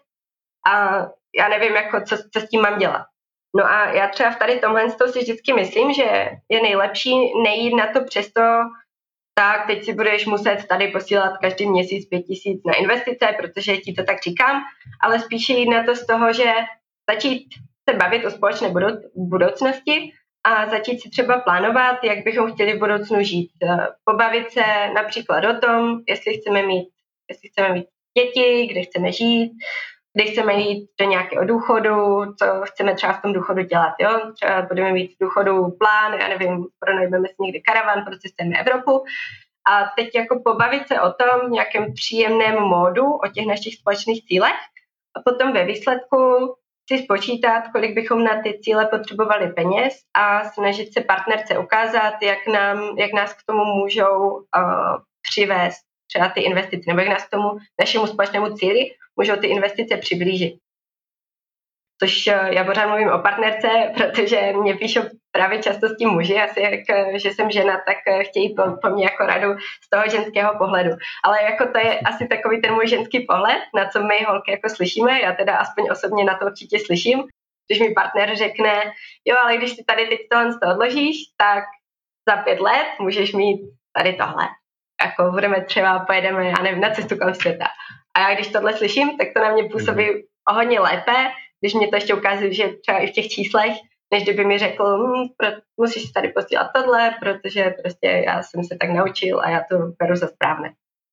a já nevím, jako, co, co s tím mám dělat. No a já třeba v tady tomhle si vždycky myslím, že je nejlepší nejít na to přesto, tak teď si budeš muset tady posílat každý měsíc pět tisíc na investice, protože ti to tak říkám, ale spíše jít na to z toho, že začít se bavit o společné budoucnosti a začít si třeba plánovat, jak bychom chtěli v budoucnu žít. Pobavit se například o tom, jestli chceme mít, jestli chceme mít děti, kde chceme žít, kde chceme jít do nějakého důchodu, co chceme třeba v tom důchodu dělat. Jo? Třeba budeme mít v důchodu plán, já nevím, pronajmeme si někdy karavan, procestujeme Evropu. A teď jako pobavit se o tom v nějakém příjemném módu, o těch našich společných cílech a potom ve výsledku si spočítat, kolik bychom na ty cíle potřebovali peněz a snažit se partnerce ukázat, jak, nám, jak nás k tomu můžou uh, přivést třeba ty investice, nebo jak nás k tomu našemu společnému cíli můžou ty investice přiblížit. Což já pořád mluvím o partnerce, protože mě píšou právě často s tím muži, asi jak, že jsem žena, tak chtějí po, po mně jako radu z toho ženského pohledu. Ale jako to je asi takový ten můj ženský pohled, na co my holky jako slyšíme, já teda aspoň osobně na to určitě slyším, když mi partner řekne, jo, ale když ty tady teď tohle z toho odložíš, tak za pět let můžeš mít tady tohle. Jako budeme třeba, pojedeme, já nevím, na cestu kolem světa. A já když tohle slyším, tak to na mě působí o hodně lépe, když mě to ještě ukazuje, že třeba i v těch číslech, než kdyby mi řekl, hm, musíš si tady posílat tohle, protože prostě já jsem se tak naučil a já to beru za správné.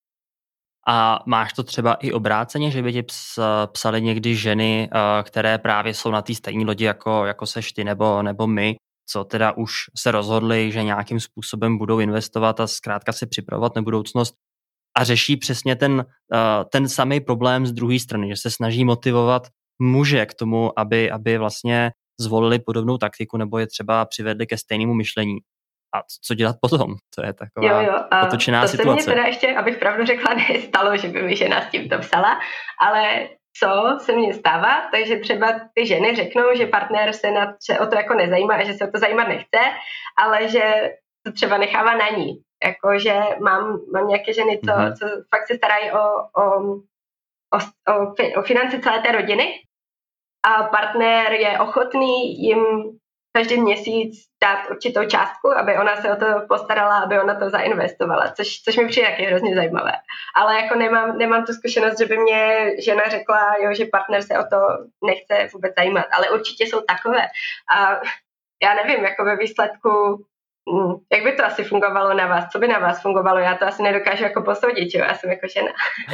A máš to třeba i obráceně, že by ti psali někdy ženy, které právě jsou na té stejné lodi, jako, jako seš ty nebo, nebo my, co teda už se rozhodli, že nějakým způsobem budou investovat a zkrátka si připravovat na budoucnost a řeší přesně ten, ten samý problém z druhé strany, že se snaží motivovat muže k tomu, aby, aby vlastně zvolili podobnou taktiku nebo je třeba přivedli ke stejnému myšlení. A co dělat potom? To je taková jo, jo. A otočená to situace. To se mě teda ještě, abych pravdu řekla, nestalo, že by mi žena s tím to psala, ale co se mně stává, takže třeba ty ženy řeknou, že partner se, na, se o to jako nezajímá a že se o to zajímat nechce, ale že to třeba nechává na ní. Jako, že mám, mám nějaké ženy, co, mm-hmm. co fakt se starají o, o, o, o, o finance celé té rodiny a partner je ochotný jim každý měsíc dát určitou částku, aby ona se o to postarala, aby ona to zainvestovala, což, což mi přijde taky hrozně zajímavé. Ale jako nemám, nemám tu zkušenost, že by mě žena řekla, jo, že partner se o to nechce vůbec zajímat, ale určitě jsou takové. A já nevím, jako ve výsledku, jak by to asi fungovalo na vás, co by na vás fungovalo, já to asi nedokážu jako posoudit, jo, já jsem jako žena.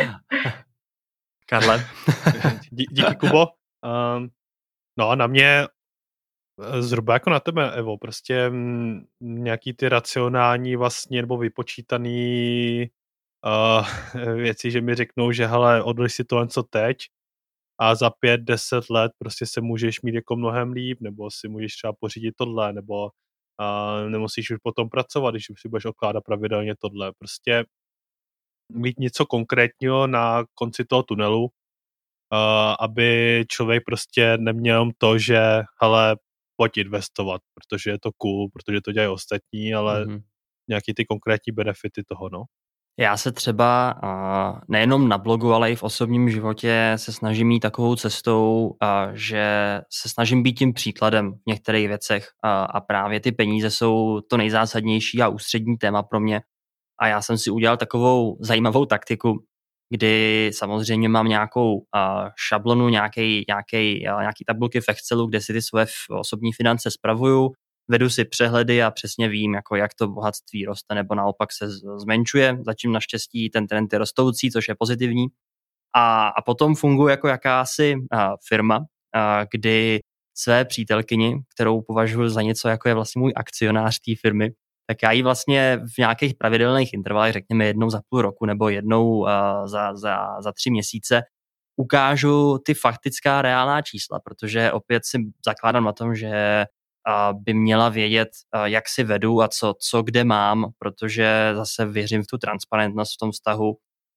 Karle. Dí, díky, Kubo. Um, no, na mě zhruba jako na tebe, Evo, prostě m, nějaký ty racionální vlastně nebo vypočítaný uh, věci, že mi řeknou, že hele, odlož si tohle co teď a za pět, deset let prostě se můžeš mít jako mnohem líp, nebo si můžeš třeba pořídit tohle, nebo uh, nemusíš už potom pracovat, když si budeš okládat pravidelně tohle. Prostě mít něco konkrétního na konci toho tunelu, Uh, aby člověk prostě neměl to, že hele, pojď investovat, protože je to cool, protože to dělají ostatní, ale mm-hmm. nějaký ty konkrétní benefity toho, no. Já se třeba nejenom na blogu, ale i v osobním životě se snažím mít takovou cestou, že se snažím být tím příkladem v některých věcech a právě ty peníze jsou to nejzásadnější a ústřední téma pro mě. A já jsem si udělal takovou zajímavou taktiku, kdy samozřejmě mám nějakou šablonu, nějaký, nějaký, nějaký tabulky v Excelu, kde si ty své osobní finance spravuju, vedu si přehledy a přesně vím, jako jak to bohatství roste nebo naopak se zmenšuje. Zatím naštěstí ten trend je rostoucí, což je pozitivní. A, a potom funguje jako jakási a, firma, a, kdy své přítelkyni, kterou považuji za něco, jako je vlastně můj akcionář té firmy, tak já jí vlastně v nějakých pravidelných intervalech, řekněme jednou za půl roku nebo jednou a, za, za, za tři měsíce, ukážu ty faktická reálná čísla, protože opět si zakládám na tom, že by měla vědět, jak si vedu a co, co kde mám, protože zase věřím v tu transparentnost v tom vztahu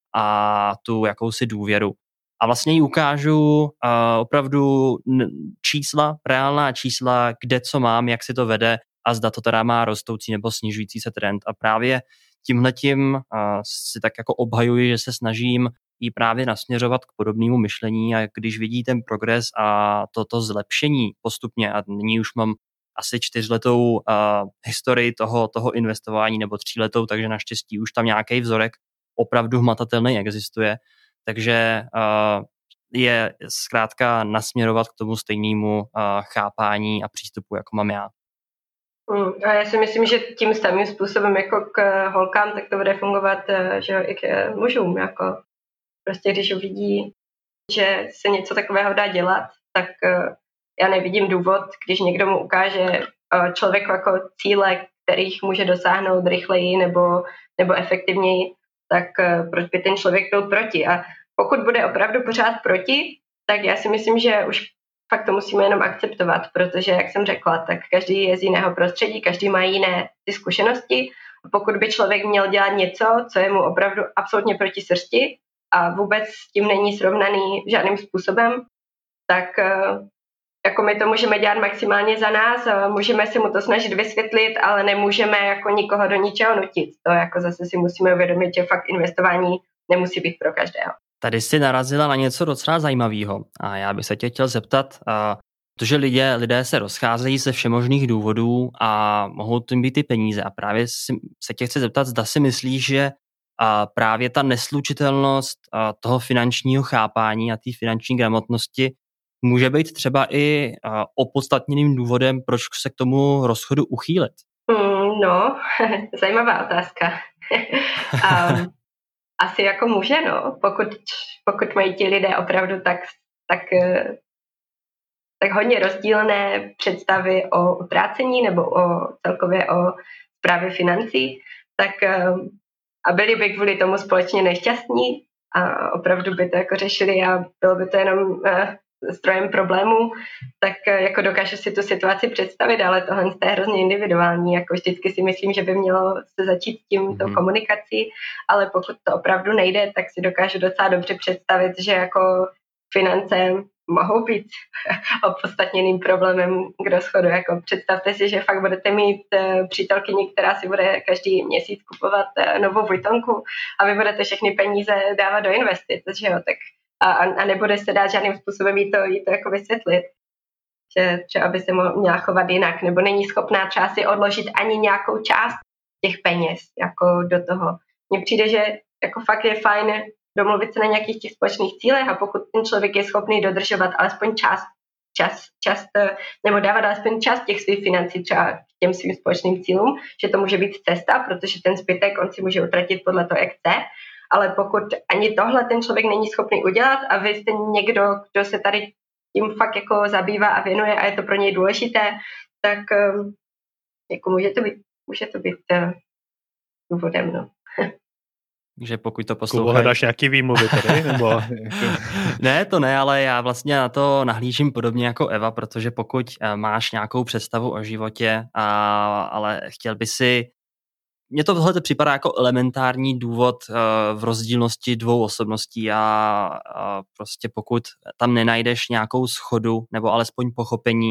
a tu jakousi důvěru. A vlastně jí ukážu opravdu čísla, reálná čísla, kde co mám, jak si to vede a zda to teda má rostoucí nebo snižující se trend. A právě tímhletím si tak jako obhajuji, že se snažím jí právě nasměřovat k podobnému myšlení a když vidí ten progres a toto zlepšení postupně a nyní už mám asi čtyřletou uh, historii toho, toho investování nebo tříletou, takže naštěstí už tam nějaký vzorek opravdu hmatatelný existuje, takže uh, je zkrátka nasměrovat k tomu stejnému uh, chápání a přístupu, jako mám já. Hmm, a já si myslím, že tím samým způsobem jako k holkám, tak to bude fungovat, že i k mužům, jako prostě když uvidí, že se něco takového dá dělat, tak já nevidím důvod, když někdo mu ukáže člověku jako cíle, kterých může dosáhnout rychleji nebo, nebo efektivněji, tak proč by ten člověk byl proti. A pokud bude opravdu pořád proti, tak já si myslím, že už fakt to musíme jenom akceptovat, protože, jak jsem řekla, tak každý je z jiného prostředí, každý má jiné ty zkušenosti. A pokud by člověk měl dělat něco, co je mu opravdu absolutně proti srsti a vůbec s tím není srovnaný žádným způsobem, tak jako my to můžeme dělat maximálně za nás, můžeme si mu to snažit vysvětlit, ale nemůžeme jako nikoho do ničeho nutit. To jako zase si musíme uvědomit, že fakt investování nemusí být pro každého. Tady jsi narazila na něco docela zajímavého a já bych se tě chtěl zeptat, protože lidé, lidé se rozcházejí ze všemožných důvodů a mohou tím být ty peníze a právě se tě chci zeptat, zda si myslíš, že právě ta neslučitelnost toho finančního chápání a té finanční gramotnosti může být třeba i opodstatněným důvodem, proč se k tomu rozchodu uchýlit? Mm, no, zajímavá otázka. um, asi jako může, no. Pokud, pokud mají ti lidé opravdu tak, tak, tak hodně rozdílné představy o utrácení nebo o celkově o správě financí, tak a byli by kvůli tomu společně nešťastní a opravdu by to jako řešili a bylo by to jenom zdrojem problémů, tak jako dokážu si tu situaci představit, ale tohle je hrozně individuální, jako vždycky si myslím, že by mělo se začít tímto mm-hmm. komunikací, ale pokud to opravdu nejde, tak si dokážu docela dobře představit, že jako finance mohou být opodstatněným problémem k rozchodu. Jako představte si, že fakt budete mít přítelkyni, která si bude každý měsíc kupovat novou Vuittonku a vy budete všechny peníze dávat do investic, že jo, tak A, a nebude se dát žádným způsobem jí to, jí to jako vysvětlit, že třeba by se měla chovat jinak, nebo není schopná třeba si odložit ani nějakou část těch peněz jako do toho. Mně přijde, že jako fakt je fajn domluvit se na nějakých těch společných cílech a pokud ten člověk je schopný dodržovat alespoň část, čas, čas, nebo dávat alespoň část těch svých financí třeba k těm svým společným cílům, že to může být cesta, protože ten zbytek on si může utratit podle toho, jak chce. Ale pokud ani tohle ten člověk není schopný udělat a vy jste někdo, kdo se tady tím fakt jako zabývá a věnuje a je to pro něj důležité, tak jako může to být, může to být uh, důvodem, no. Takže pokud to poslouchají... Kubo, hledáš nějaký výmluvy tady? Nebo jako... Ne, to ne, ale já vlastně na to nahlížím podobně jako Eva, protože pokud máš nějakou představu o životě, a, ale chtěl by si mně to tohle připadá jako elementární důvod uh, v rozdílnosti dvou osobností a, a prostě pokud tam nenajdeš nějakou shodu nebo alespoň pochopení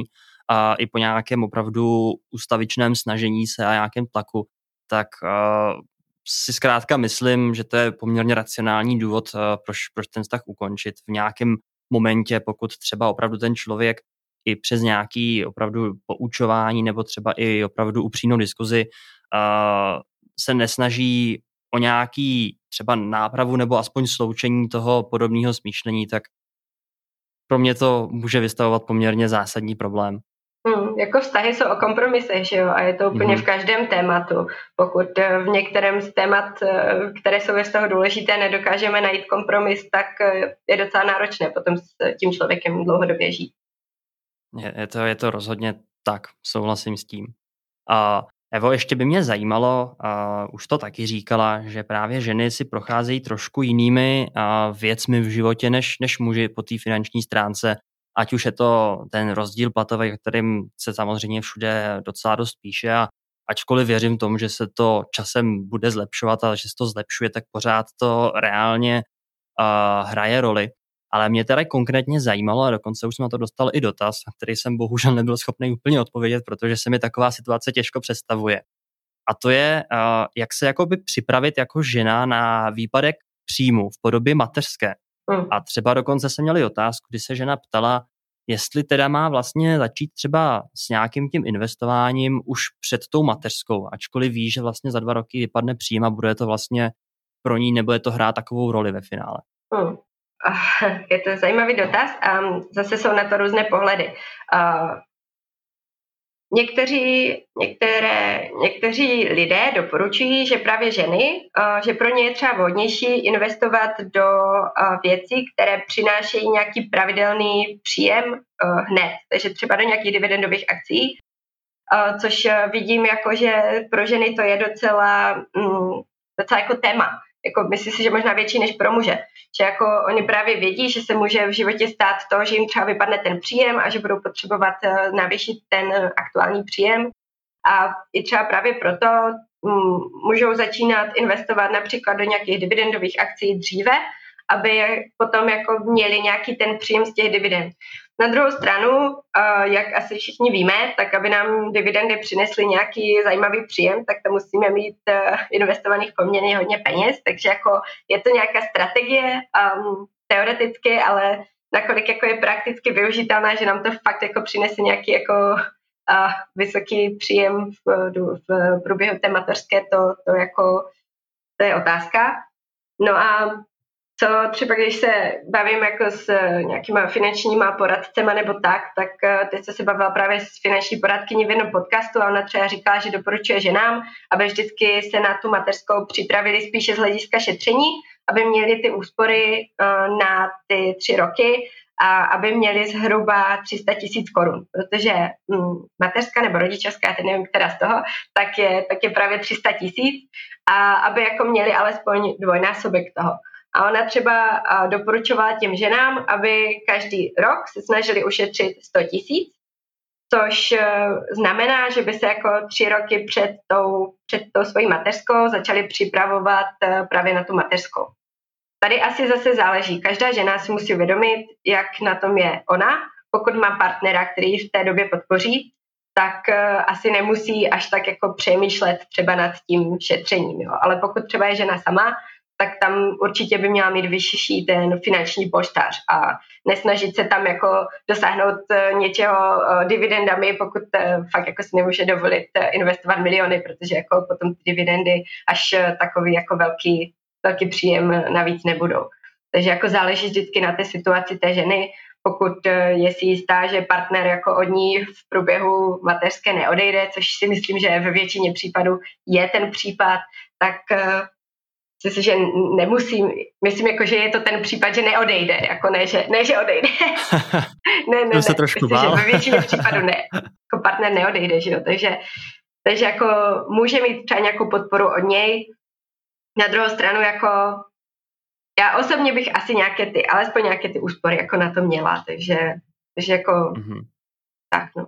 a i po nějakém opravdu ustavičném snažení se a nějakém tlaku, tak uh, si zkrátka myslím, že to je poměrně racionální důvod, uh, proč, proč ten vztah ukončit v nějakém momentě, pokud třeba opravdu ten člověk i přes nějaký opravdu poučování nebo třeba i opravdu upřímnou diskuzi uh, se nesnaží o nějaký třeba nápravu nebo aspoň sloučení toho podobného smýšlení, tak pro mě to může vystavovat poměrně zásadní problém. Hmm, jako vztahy jsou o kompromisech, že jo? A je to úplně mm. v každém tématu. Pokud v některém z témat, které jsou ve vztahu důležité, nedokážeme najít kompromis, tak je docela náročné potom s tím člověkem dlouhodobě žít. Je, je, to, je to rozhodně tak, souhlasím s tím. A Evo, ještě by mě zajímalo, uh, už to taky říkala, že právě ženy si procházejí trošku jinými uh, věcmi v životě než, než muži po té finanční stránce, ať už je to ten rozdíl platový, kterým se samozřejmě všude docela dost píše, a ačkoliv věřím tomu, že se to časem bude zlepšovat a že se to zlepšuje, tak pořád to reálně uh, hraje roli. Ale mě teda konkrétně zajímalo, a dokonce už jsem na to dostal i dotaz, na který jsem bohužel nebyl schopný úplně odpovědět, protože se mi taková situace těžko představuje. A to je, jak se jakoby připravit jako žena na výpadek příjmu v podobě mateřské. Mm. A třeba dokonce jsem měl otázku, kdy se žena ptala, jestli teda má vlastně začít třeba s nějakým tím investováním už před tou mateřskou, ačkoliv ví, že vlastně za dva roky vypadne příjem a bude to vlastně pro ní, nebude to hrát takovou roli ve finále. Mm. Je to zajímavý dotaz a zase jsou na to různé pohledy. Někteří, některé, někteří lidé doporučují, že právě ženy, že pro ně je třeba vhodnější investovat do věcí, které přinášejí nějaký pravidelný příjem hned, takže třeba do nějakých dividendových akcí, což vidím jako, že pro ženy to je docela, docela jako téma. Jako myslím si, že možná větší než pro muže. Že jako oni právě vědí, že se může v životě stát to, že jim třeba vypadne ten příjem a že budou potřebovat navýšit ten aktuální příjem. A i třeba právě proto m, můžou začínat investovat například do nějakých dividendových akcí dříve, aby potom jako měli nějaký ten příjem z těch dividend. Na druhou stranu, jak asi všichni víme, tak aby nám dividendy přinesly nějaký zajímavý příjem, tak to musíme mít investovaných poměrně hodně peněz, takže jako je to nějaká strategie um, teoreticky, ale nakolik jako je prakticky využitelná, že nám to fakt jako přinese nějaký jako uh, vysoký příjem v, v průběhu té mateřské, to, to jako to je otázka. No a co třeba když se bavím jako s nějakýma finančníma poradcema nebo tak, tak teď jsem se bavila právě s finanční poradkyní v jednom podcastu a ona třeba říkala, že doporučuje ženám, aby vždycky se na tu mateřskou připravili spíše z hlediska šetření, aby měli ty úspory na ty tři roky a aby měli zhruba tři sta tisíc korun, protože hm, mateřská nebo rodičovská, teď nevím, která z toho, tak je, tak je právě tři sta tisíc a aby jako měli alespoň dvojnásobek toho. A ona třeba doporučovala těm ženám, aby každý rok se snažili ušetřit sto tisíc, což znamená, že by se jako tři roky před tou, před tou svojí mateřskou začali připravovat právě na tu mateřskou. Tady asi zase záleží. Každá žena si musí uvědomit, jak na tom je ona. Pokud má partnera, který v té době podpoří, tak asi nemusí až tak jako přemýšlet třeba nad tím šetřením. Jo. Ale pokud třeba je žena sama, tak tam určitě by měla mít vyšší ten finanční polštář a nesnažit se tam jako dosáhnout něčeho dividendami, pokud fakt jako si nemůže dovolit investovat miliony, protože jako potom ty dividendy až takový jako velký, velký příjem navíc nebudou. Takže jako záleží vždycky na té situaci té ženy. Pokud je si jistá, že partner jako od ní v průběhu mateřské neodejde, což si myslím, že ve většině případů je ten případ, tak myslím, že nemusím, myslím, jako, že je to ten případ, že neodejde, jako ne, že, ne, že odejde. ne, ne, to se ne, trošku myslím, že ve většině případů ne, jako partner neodejde, že jo, takže, takže jako může mít třeba nějakou podporu od něj. Na druhou stranu jako já osobně bych asi nějaké ty, alespoň nějaké ty úspory jako na to měla, takže, takže jako mm-hmm. tak no.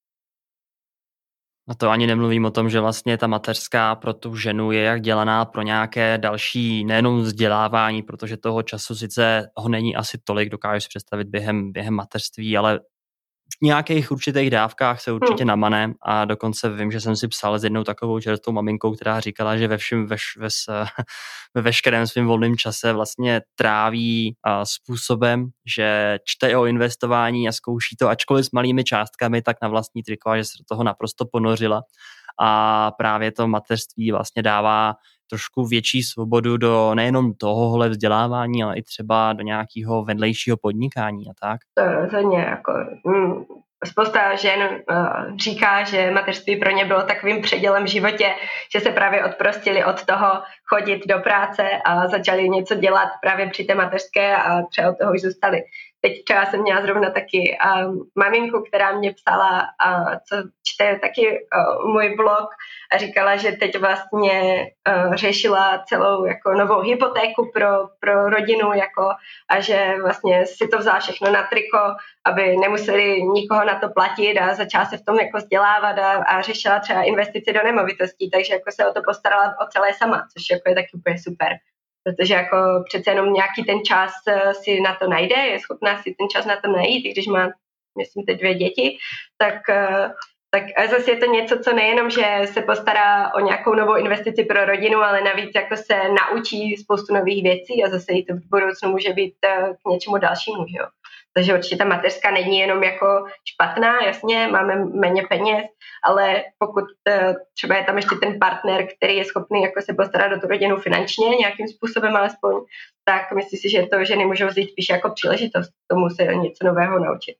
A to ani nemluvím o tom, že vlastně ta mateřská pro tu ženu je jak dělaná pro nějaké další, nejenom vzdělávání, protože toho času sice ho není asi tolik, dokážu si představit během, během mateřství, ale nějakých určitých dávkách se určitě namane a dokonce vím, že jsem si psal s jednou takovou čerstvou maminkou, která říkala, že ve všem, ve, ve, ve veškerém svým volném čase vlastně tráví a, způsobem, že čte o investování a zkouší to, ačkoliv s malými částkami, tak na vlastní triko, a že se do toho naprosto ponořila. A právě to mateřství vlastně dává trošku větší svobodu do nejenom tohohle vzdělávání, ale i třeba do nějakého vedlejšího podnikání a tak. To rozhodně, jako mm, spousta žen uh, říká, že mateřství pro ně bylo takovým předělem v životě, že se právě odprostili od toho chodit do práce a začali něco dělat právě při té mateřské a třeba od toho už zůstali. Teď třeba jsem měla zrovna taky um, maminku, která mě psala, uh, co čte taky uh, můj blog a říkala, že teď vlastně uh, řešila celou jako novou hypotéku pro, pro rodinu jako, a že vlastně si to vzala všechno na triko, aby nemuseli nikoho na to platit a začala se v tom jako vzdělávat a, a řešila třeba investici do nemovitostí, takže jako se o to postarala o celé sama, což jako je taky úplně super. Protože jako přece jenom nějaký ten čas si na to najde, je schopná si ten čas na to najít, i když má, myslím, teď dvě děti, tak, tak zase je to něco, co nejenom, že se postará o nějakou novou investici pro rodinu, ale navíc jako se naučí spoustu nových věcí a zase jí to v budoucnu může být k něčemu dalšímu, jo. Takže určitě ta mateřská není jenom jako špatná, jasně, máme méně peněz, ale pokud třeba je tam ještě ten partner, který je schopný jako se postarat o tu rodinu finančně, nějakým způsobem alespoň, tak myslím si, že to ženy můžou vzít spíš jako příležitost tomu se něco nového naučit.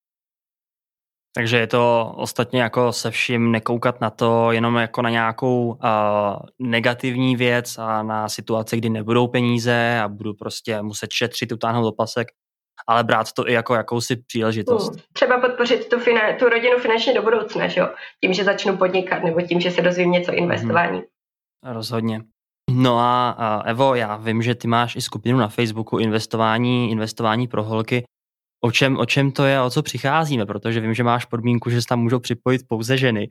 Takže je to ostatně jako se vším nekoukat na to jenom jako na nějakou uh, negativní věc a na situaci, kdy nebudou peníze a budu prostě muset šetřit, utáhnout opasek, ale brát to i jako jakousi příležitost. Hmm. Třeba podpořit tu, fina- tu rodinu finančně do budoucna, že jo? Tím, že začnu podnikat nebo tím, že se dozvím něco o investování. Hmm. Rozhodně. No a, a Evo, já vím, že ty máš i skupinu na Facebooku investování, investování pro holky. O čem, o čem to je a o co přicházíme? Protože vím, že máš podmínku, že se tam můžou připojit pouze ženy.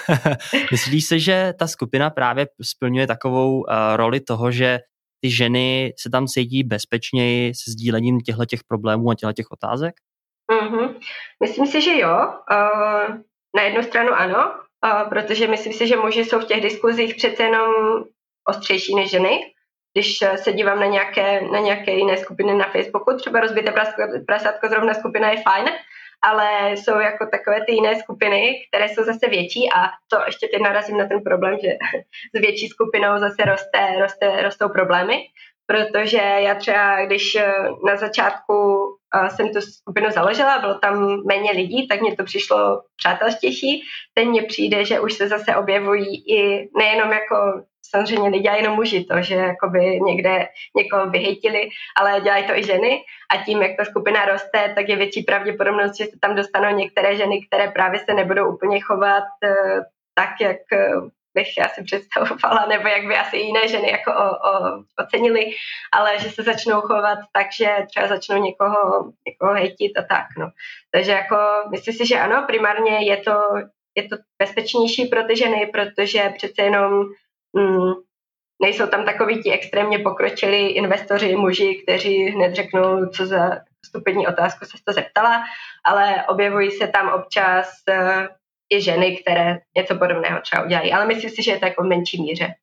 Myslíš si, že ta skupina právě splňuje takovou uh, roli toho, že ty ženy se tam cítí bezpečněji se sdílením těchto těch problémů a těchto těch otázek? Mm-hmm. Myslím si, že jo. Uh, na jednu stranu ano, uh, protože myslím si, že muži jsou v těch diskuzích přece jenom ostřejší než ženy. Když se dívám na nějaké, na nějaké jiné skupiny na Facebooku, třeba Rozbité prasátko, zrovna skupina je fajn, ale jsou jako takové ty jiné skupiny, které jsou zase větší a to ještě teď narazím na ten problém, že s větší skupinou zase roste, roste, rostou problémy, protože já třeba, když na začátku jsem tu skupinu založila, bylo tam méně lidí, tak mně to přišlo přátelštější. Teď mně přijde, že už se zase objevují i nejenom jako samozřejmě nedělají jenom muži to, že jakoby někde někoho vyhejtili, ale dělají to i ženy a tím, jak ta skupina roste, tak je větší pravděpodobnost, že se tam dostanou některé ženy, které právě se nebudou úplně chovat uh, tak, jak uh, bych já si představovala, nebo jak by asi jiné ženy jako o, o, ocenili, ale že se začnou chovat tak, že třeba začnou někoho, někoho hejtit a tak. No. Takže jako myslím si, že ano, primárně je to, je to bezpečnější pro ty ženy, protože přece jenom Mm, nejsou tam takoví ti extrémně pokročilí investoři, muži, kteří hned řeknou, co za stupidní otázku se to zeptala, ale objevují se tam občas uh, i ženy, které něco podobného třeba udělají. Ale myslím si, že je to jako v menší míře.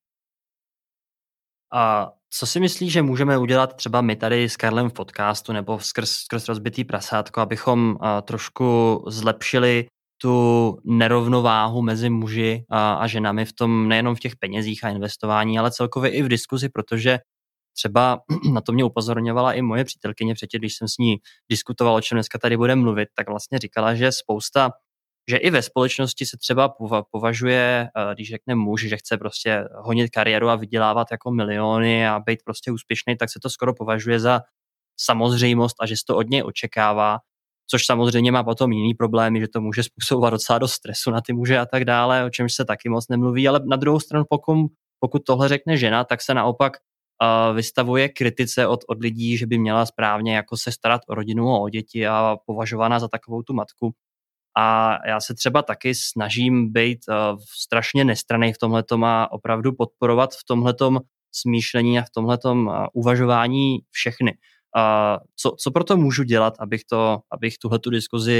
A co si myslíš, že můžeme udělat třeba my tady s Karlem v podcastu nebo skrz, skrz Rozbitý prasátko, abychom uh, trošku zlepšili tu nerovnováhu mezi muži a, a ženami v tom, nejenom v těch penězích a investování, ale celkově i v diskuzi, protože třeba na to mě upozorňovala i moje přítelkyně předtím, když jsem s ní diskutoval, o čem dneska tady budeme mluvit, tak vlastně říkala, že spousta, že i ve společnosti se třeba považuje, když řekne muž, že chce prostě honit kariéru a vydělávat jako miliony a být prostě úspěšný, tak se to skoro považuje za samozřejmost a že se to od něj očekává. Což samozřejmě má potom jiný problémy, že to může způsobovat docela dost stresu na ty muže a tak dále, o čemž se taky moc nemluví, ale na druhou stranu, pokud, pokud tohle řekne žena, tak se naopak uh, vystavuje kritice od, od lidí, že by měla správně jako se starat o rodinu a o děti a považovaná za takovou tu matku. A já se třeba taky snažím být uh, strašně nestranný v tomhletom a opravdu podporovat v tomhletom smýšlení a v tomhletom uh, uvažování všechny. Uh, co, co proto můžu dělat, abych, to, abych tuhletu diskuzi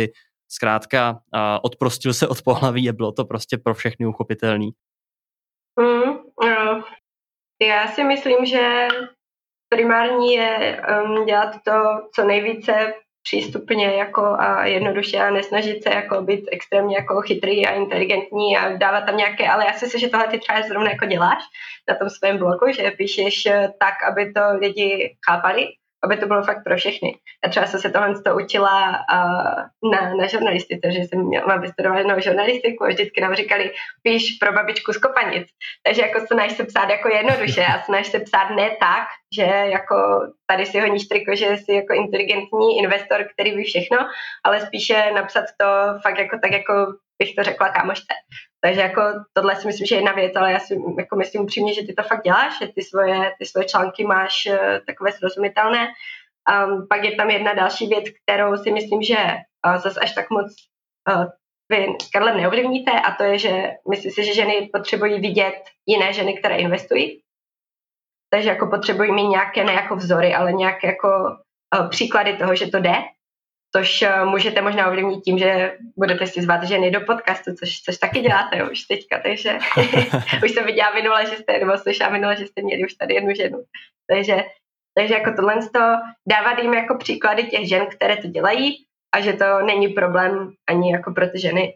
zkrátka uh, odprostil se od pohlaví a bylo to prostě pro všechny uchopitelný. Mm, no. Já si myslím, že primární je um, dělat to co nejvíce přístupně jako a jednoduše a nesnažit se jako být extrémně jako chytrý a inteligentní a dávat tam nějaké, ale já si myslím, že tohle ty třeba zrovna jako děláš na tom svém blogu, že píšeš tak, aby to lidi chápali, aby to bylo fakt pro všechny. Já třeba jsem se tohle to učila uh, na, na žurnalistice, že jsem měla vystudovanou žurnalistiku a vždycky nám říkali, píš pro babičku z Kopanic. Takže jako snaž se psát jako jednoduše a snaž se psát ne tak, že jako tady si honíš triko, že jsi jako inteligentní investor, který ví všechno, ale spíše napsat to fakt jako tak, jako bych to řekla kámošce. Takže jako tohle si myslím, že je jedna věc, ale já si jako myslím upřímně, že ty to fakt děláš, že ty svoje, ty svoje články máš uh, takové srozumitelné. Um, pak je tam jedna další věc, kterou si myslím, že uh, zase až tak moc uh, vy s Karlem neovlivníte, a to je, že myslím si, že ženy potřebují vidět jiné ženy, které investují. Takže jako potřebují mít nějaké, ne jako vzory, ale nějaké jako uh, příklady toho, že to jde. Což můžete možná ovlivnit tím, že budete si zvát ženy do podcastu, což, což taky děláte už teďka, takže už jsem viděla minule, že jste, nebo slyšela minule, že jste měli už tady jednu ženu. Takže, takže jako tohle to dávat jim jako příklady těch žen, které to dělají a že to není problém ani jako pro ty ženy.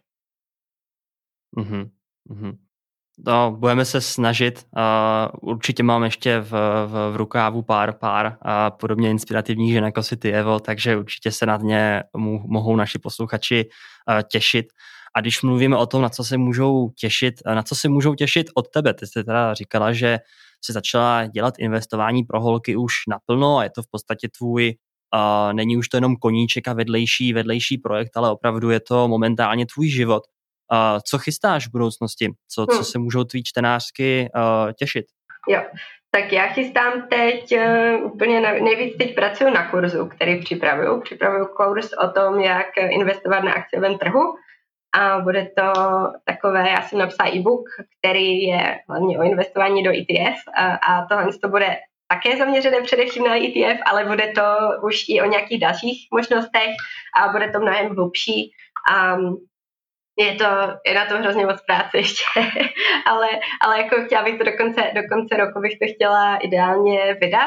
Mhm, mhm. No, budeme se snažit. Uh, určitě mám ještě v, v, v rukávu pár pár uh, podobně inspirativních žen jako si ty, Evo, takže určitě se na ně mu, mohou naši posluchači uh, těšit. A když mluvíme o tom, na co se můžou těšit, na co se můžou těšit od tebe, ty jsi teda říkala, že jsi začala dělat investování pro holky už naplno a je to v podstatě tvůj, uh, není už to jenom koníček a vedlejší, vedlejší projekt, ale opravdu je to momentálně tvůj život. Uh, co chystáš v budoucnosti? Co, co se můžou tví čtenářky uh, těšit? Jo, tak já chystám teď uh, úplně na, nejvíc teď pracuji na kurzu, který připravuju. Připravuju kurz o tom, jak investovat na akciovém trhu a bude to takové, já jsem napsala e-book, který je hlavně o investování do E T F a, a tohle to bude také zaměřené především na E T F, ale bude to už i o nějakých dalších možnostech a bude to mnohem hlubší. Um, Je to, je na to hrozně moc práce ještě, ale, ale jako chtěla bych to do konce, do konce roku bych to chtěla ideálně vydat.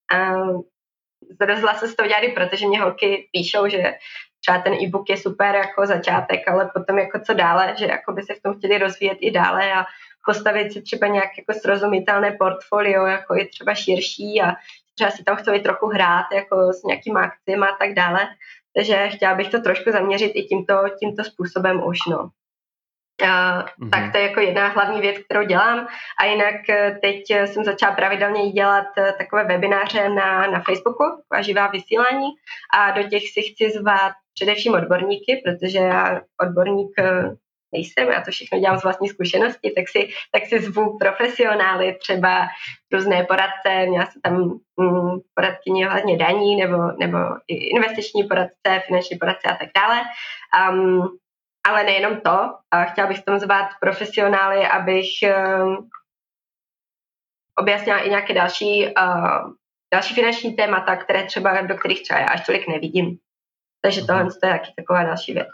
Rozhodla se s toho dělat, protože mě holky píšou, že třeba ten e-book je super jako začátek, ale potom jako co dále, že jako by se v tom chtěli rozvíjet i dále a postavit si třeba nějak jako srozumitelné portfolio, jako je třeba širší a třeba si tam chtěli trochu hrát jako s nějakýma akciemi a tak dále. Takže chtěla bych to trošku zaměřit i tímto, tímto způsobem už, no. A, mm-hmm. Tak to je jako jedna hlavní věc, kterou dělám. A jinak teď jsem začala pravidelně dělat takové webináře na, na Facebooku, taková živá vysílání. A do těch si chci zvát především odborníky, protože já odborník nejsem, já to všechno dělám z vlastní zkušenosti, tak si, tak si zvu profesionály, třeba různé poradce, měla jsem tam mm, poradkyně hlavně daní, nebo, nebo i investiční poradce, finanční poradce a tak dále. Um, ale nejenom to, a chtěla bych tam zvát profesionály, abych um, objasnila i nějaké další, uh, další finanční témata, které třeba, do kterých třeba já až tolik nevidím. Takže tohle je taky taková další věc.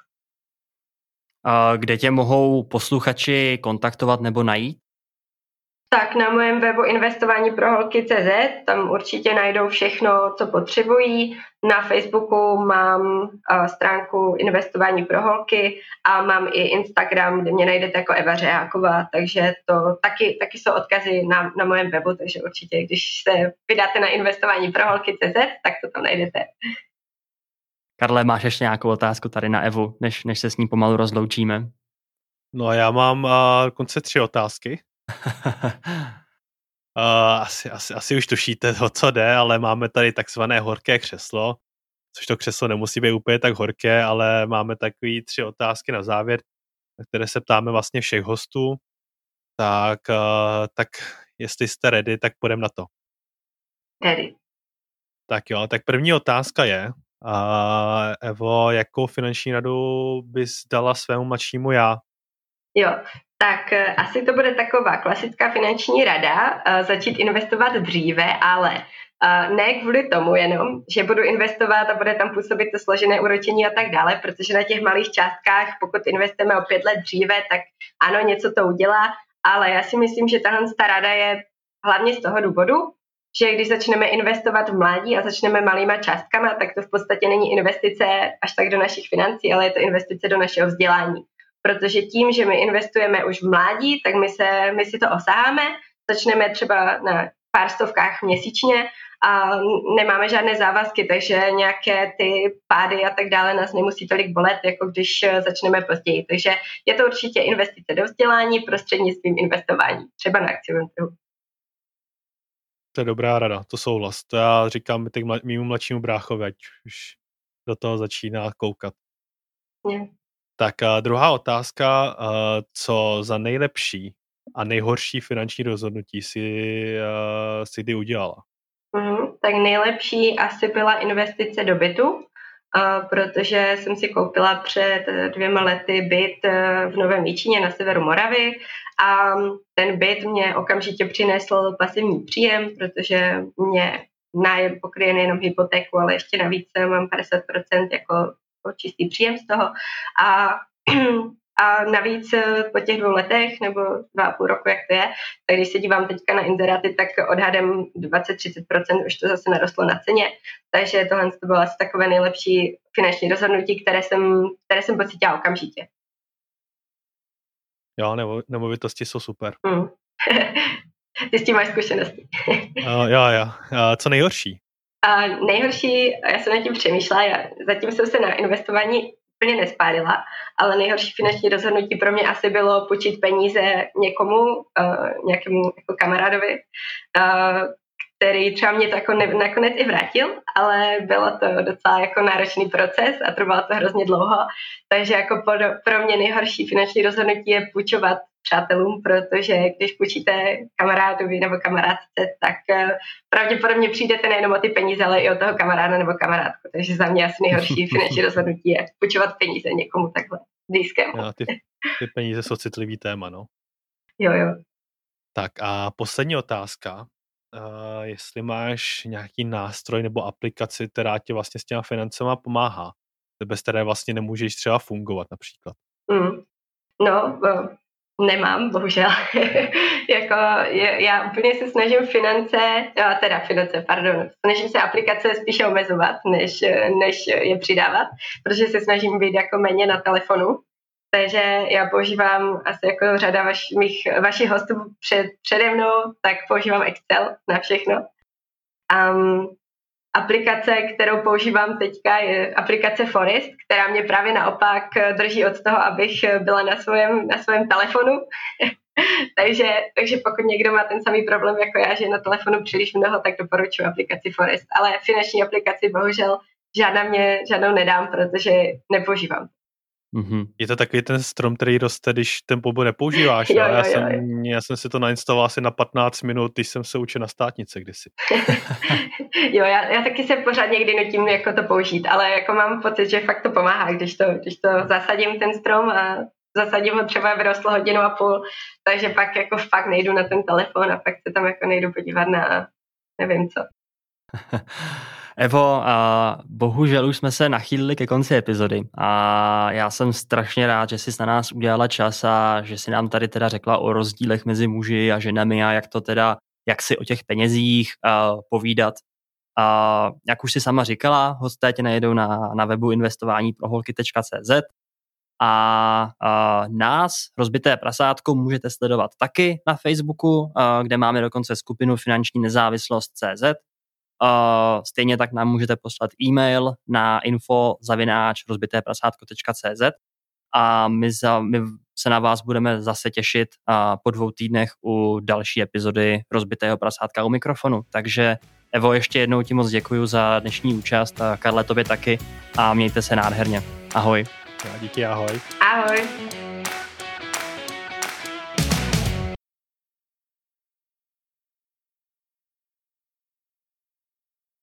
Kde tě mohou posluchači kontaktovat nebo najít? Tak na mém webu investování pro holky tečka cé zet, tam určitě najdou všechno, co potřebují. Na Facebooku mám uh, stránku investování pro holky a mám i Instagram, kde mě najdete jako Eva Řeháková, takže to taky, taky jsou odkazy na, na mém webu, takže určitě, když se vydáte na investování pro holky tečka cé zet, tak to tam najdete. Karle, máš ještě nějakou otázku tady na Evu, než, než se s ní pomalu rozloučíme? No já mám uh, konce tři otázky. uh, asi, asi, asi už tušíte, o co jde, ale máme tady takzvané horké křeslo, což to křeslo nemusí být úplně tak horké, ale máme takové tři otázky na závěr, na které se ptáme vlastně všech hostů. Tak, uh, tak jestli jste ready, tak půjdeme na to. Ready. Tak jo, tak první otázka je, Uh, Evo, jakou finanční radu bys dala svému mladšímu já? Jo, tak asi to bude taková klasická finanční rada, uh, začít investovat dříve, ale Ne kvůli tomu jenom, že budu investovat a bude tam působit to složené úročení a tak dále, protože na těch malých částkách, pokud investujeme o pět let dříve, tak ano, něco to udělá, ale já si myslím, že tahle ta rada je hlavně z toho důvodu, že když začneme investovat v mládí a začneme malýma částkama, tak to v podstatě není investice až tak do našich financí, ale je to investice do našeho vzdělání. Protože tím, že my investujeme už v mládí, tak my, se, my si to osaháme, začneme třeba na pár stovkách měsíčně a nemáme žádné závazky, takže nějaké ty pády a tak dále nás nemusí tolik bolet, jako když začneme později. Takže je to určitě investice do vzdělání prostřednictvím investování, třeba na akciovém trhu. To je dobrá rada, to souhlas. To já říkám teď mému mladšímu bráchovi, ať už do toho začíná koukat. Je. Tak a druhá otázka, co za nejlepší a nejhorší finanční rozhodnutí si, si ty udělala? Mm, tak nejlepší asi byla investice do bytu, uh, protože jsem si koupila před dvěma lety byt uh, v Novém Jičíně na severu Moravy a ten byt mě okamžitě přinesl pasivní příjem, protože mě nájem pokryje nejenom hypotéku, ale ještě navíc mám padesát procent jako čistý příjem z toho a A navíc po těch dvou letech nebo dva a půl roku, jak to je, tak když se dívám teďka na inzeráty, tak odhadem dvacet až třicet procent už to zase narostlo na ceně. Takže tohle to bylo asi takové nejlepší finanční rozhodnutí, které jsem, které jsem pocítila okamžitě. Jo, nebo, nemovitosti jsou super. Hmm. Ty s tím máš zkušenosti. uh, jo, jo. Uh, co nejhorší? Uh, nejhorší, já jsem nad tím přemýšlela, já zatím jsem se na investování úplně nespálila, ale nejhorší finanční rozhodnutí pro mě asi bylo půjčit peníze někomu, uh, nějakému jako kamarádovi, uh, který třeba mě to jako ne, nakonec i vrátil, ale bylo to docela jako náročný proces a trvalo to hrozně dlouho, takže jako pro, pro mě nejhorší finanční rozhodnutí je půjčovat přátelům, protože když půjčíte kamarádovi nebo kamarádce, tak uh, pravděpodobně přijdete nejenom o ty peníze, ale i o toho kamaráda nebo kamarádku, takže za mě asi nejhorší finanční rozhodnutí je půjčovat peníze někomu takhle blízkému. Ja, ty, ty peníze jsou citlivý téma, no. Jo, jo. Tak a poslední otázka. Uh, jestli máš nějaký nástroj nebo aplikaci, která ti vlastně s těma financema pomáhá, bez které vlastně nemůžeš třeba fungovat například. Mm. No, uh, nemám, bohužel. jako, je, já úplně se snažím finance, teda finance, pardon, snažím se aplikace spíše omezovat, než, než je přidávat, protože se snažím být jako méně na telefonu. Takže já používám asi jako řada vaš, mých, vašich hostů před, přede mnou, tak používám Excel na všechno. Um, aplikace, kterou používám teďka, je aplikace Forest, která mě právě naopak drží od toho, abych byla na svém na svém telefonu. takže, takže pokud někdo má ten samý problém jako já, že je na telefonu příliš mnoho, tak doporučuji aplikaci Forest. Ale finanční aplikaci bohužel žádná mě, žádnou nedám, protože nepoužívám. Mm-hmm. Je to takový ten strom, který roste, když ten pobo nepoužíváš. jo, jo, já, jo, jsem, jo. já jsem si to nainstaloval asi na patnáct minut, když jsem se učil na státnice kdysi. jo, já, já taky se pořád někdy nutím jako to použít, ale jako mám pocit, že fakt to pomáhá, když to, když to zasadím ten strom a zasadím ho třeba vyrostl hodinu a půl, takže pak jako fakt nejdu na ten telefon a pak se tam jako nejdu podívat na nevím co. Evo, a bohužel už jsme se nachýlili ke konci epizody a já jsem strašně rád, že jsi na nás udělala čas a že jsi nám tady teda řekla o rozdílech mezi muži a ženami a jak to teda, jak si o těch penězích uh, povídat. Uh, jak už si sama říkala, hosté tě najedou na, na webu investování pro holky tečka cé zet a uh, nás, Rozbité prasátko, můžete sledovat taky na Facebooku, uh, kde máme dokonce skupinu Finanční nezávislost tečka cé zet. Uh, stejně tak nám můžete poslat e-mail na info zavináč rozbité prasátko tečka cé zet a my, za, my se na vás budeme zase těšit uh, po dvou týdnech u další epizody Rozbitého prasátka u mikrofonu. Takže Evo, ještě jednou ti moc děkuju za dnešní účast a Karle, tobě taky a mějte se nádherně. Ahoj. Já díky, ahoj. Ahoj.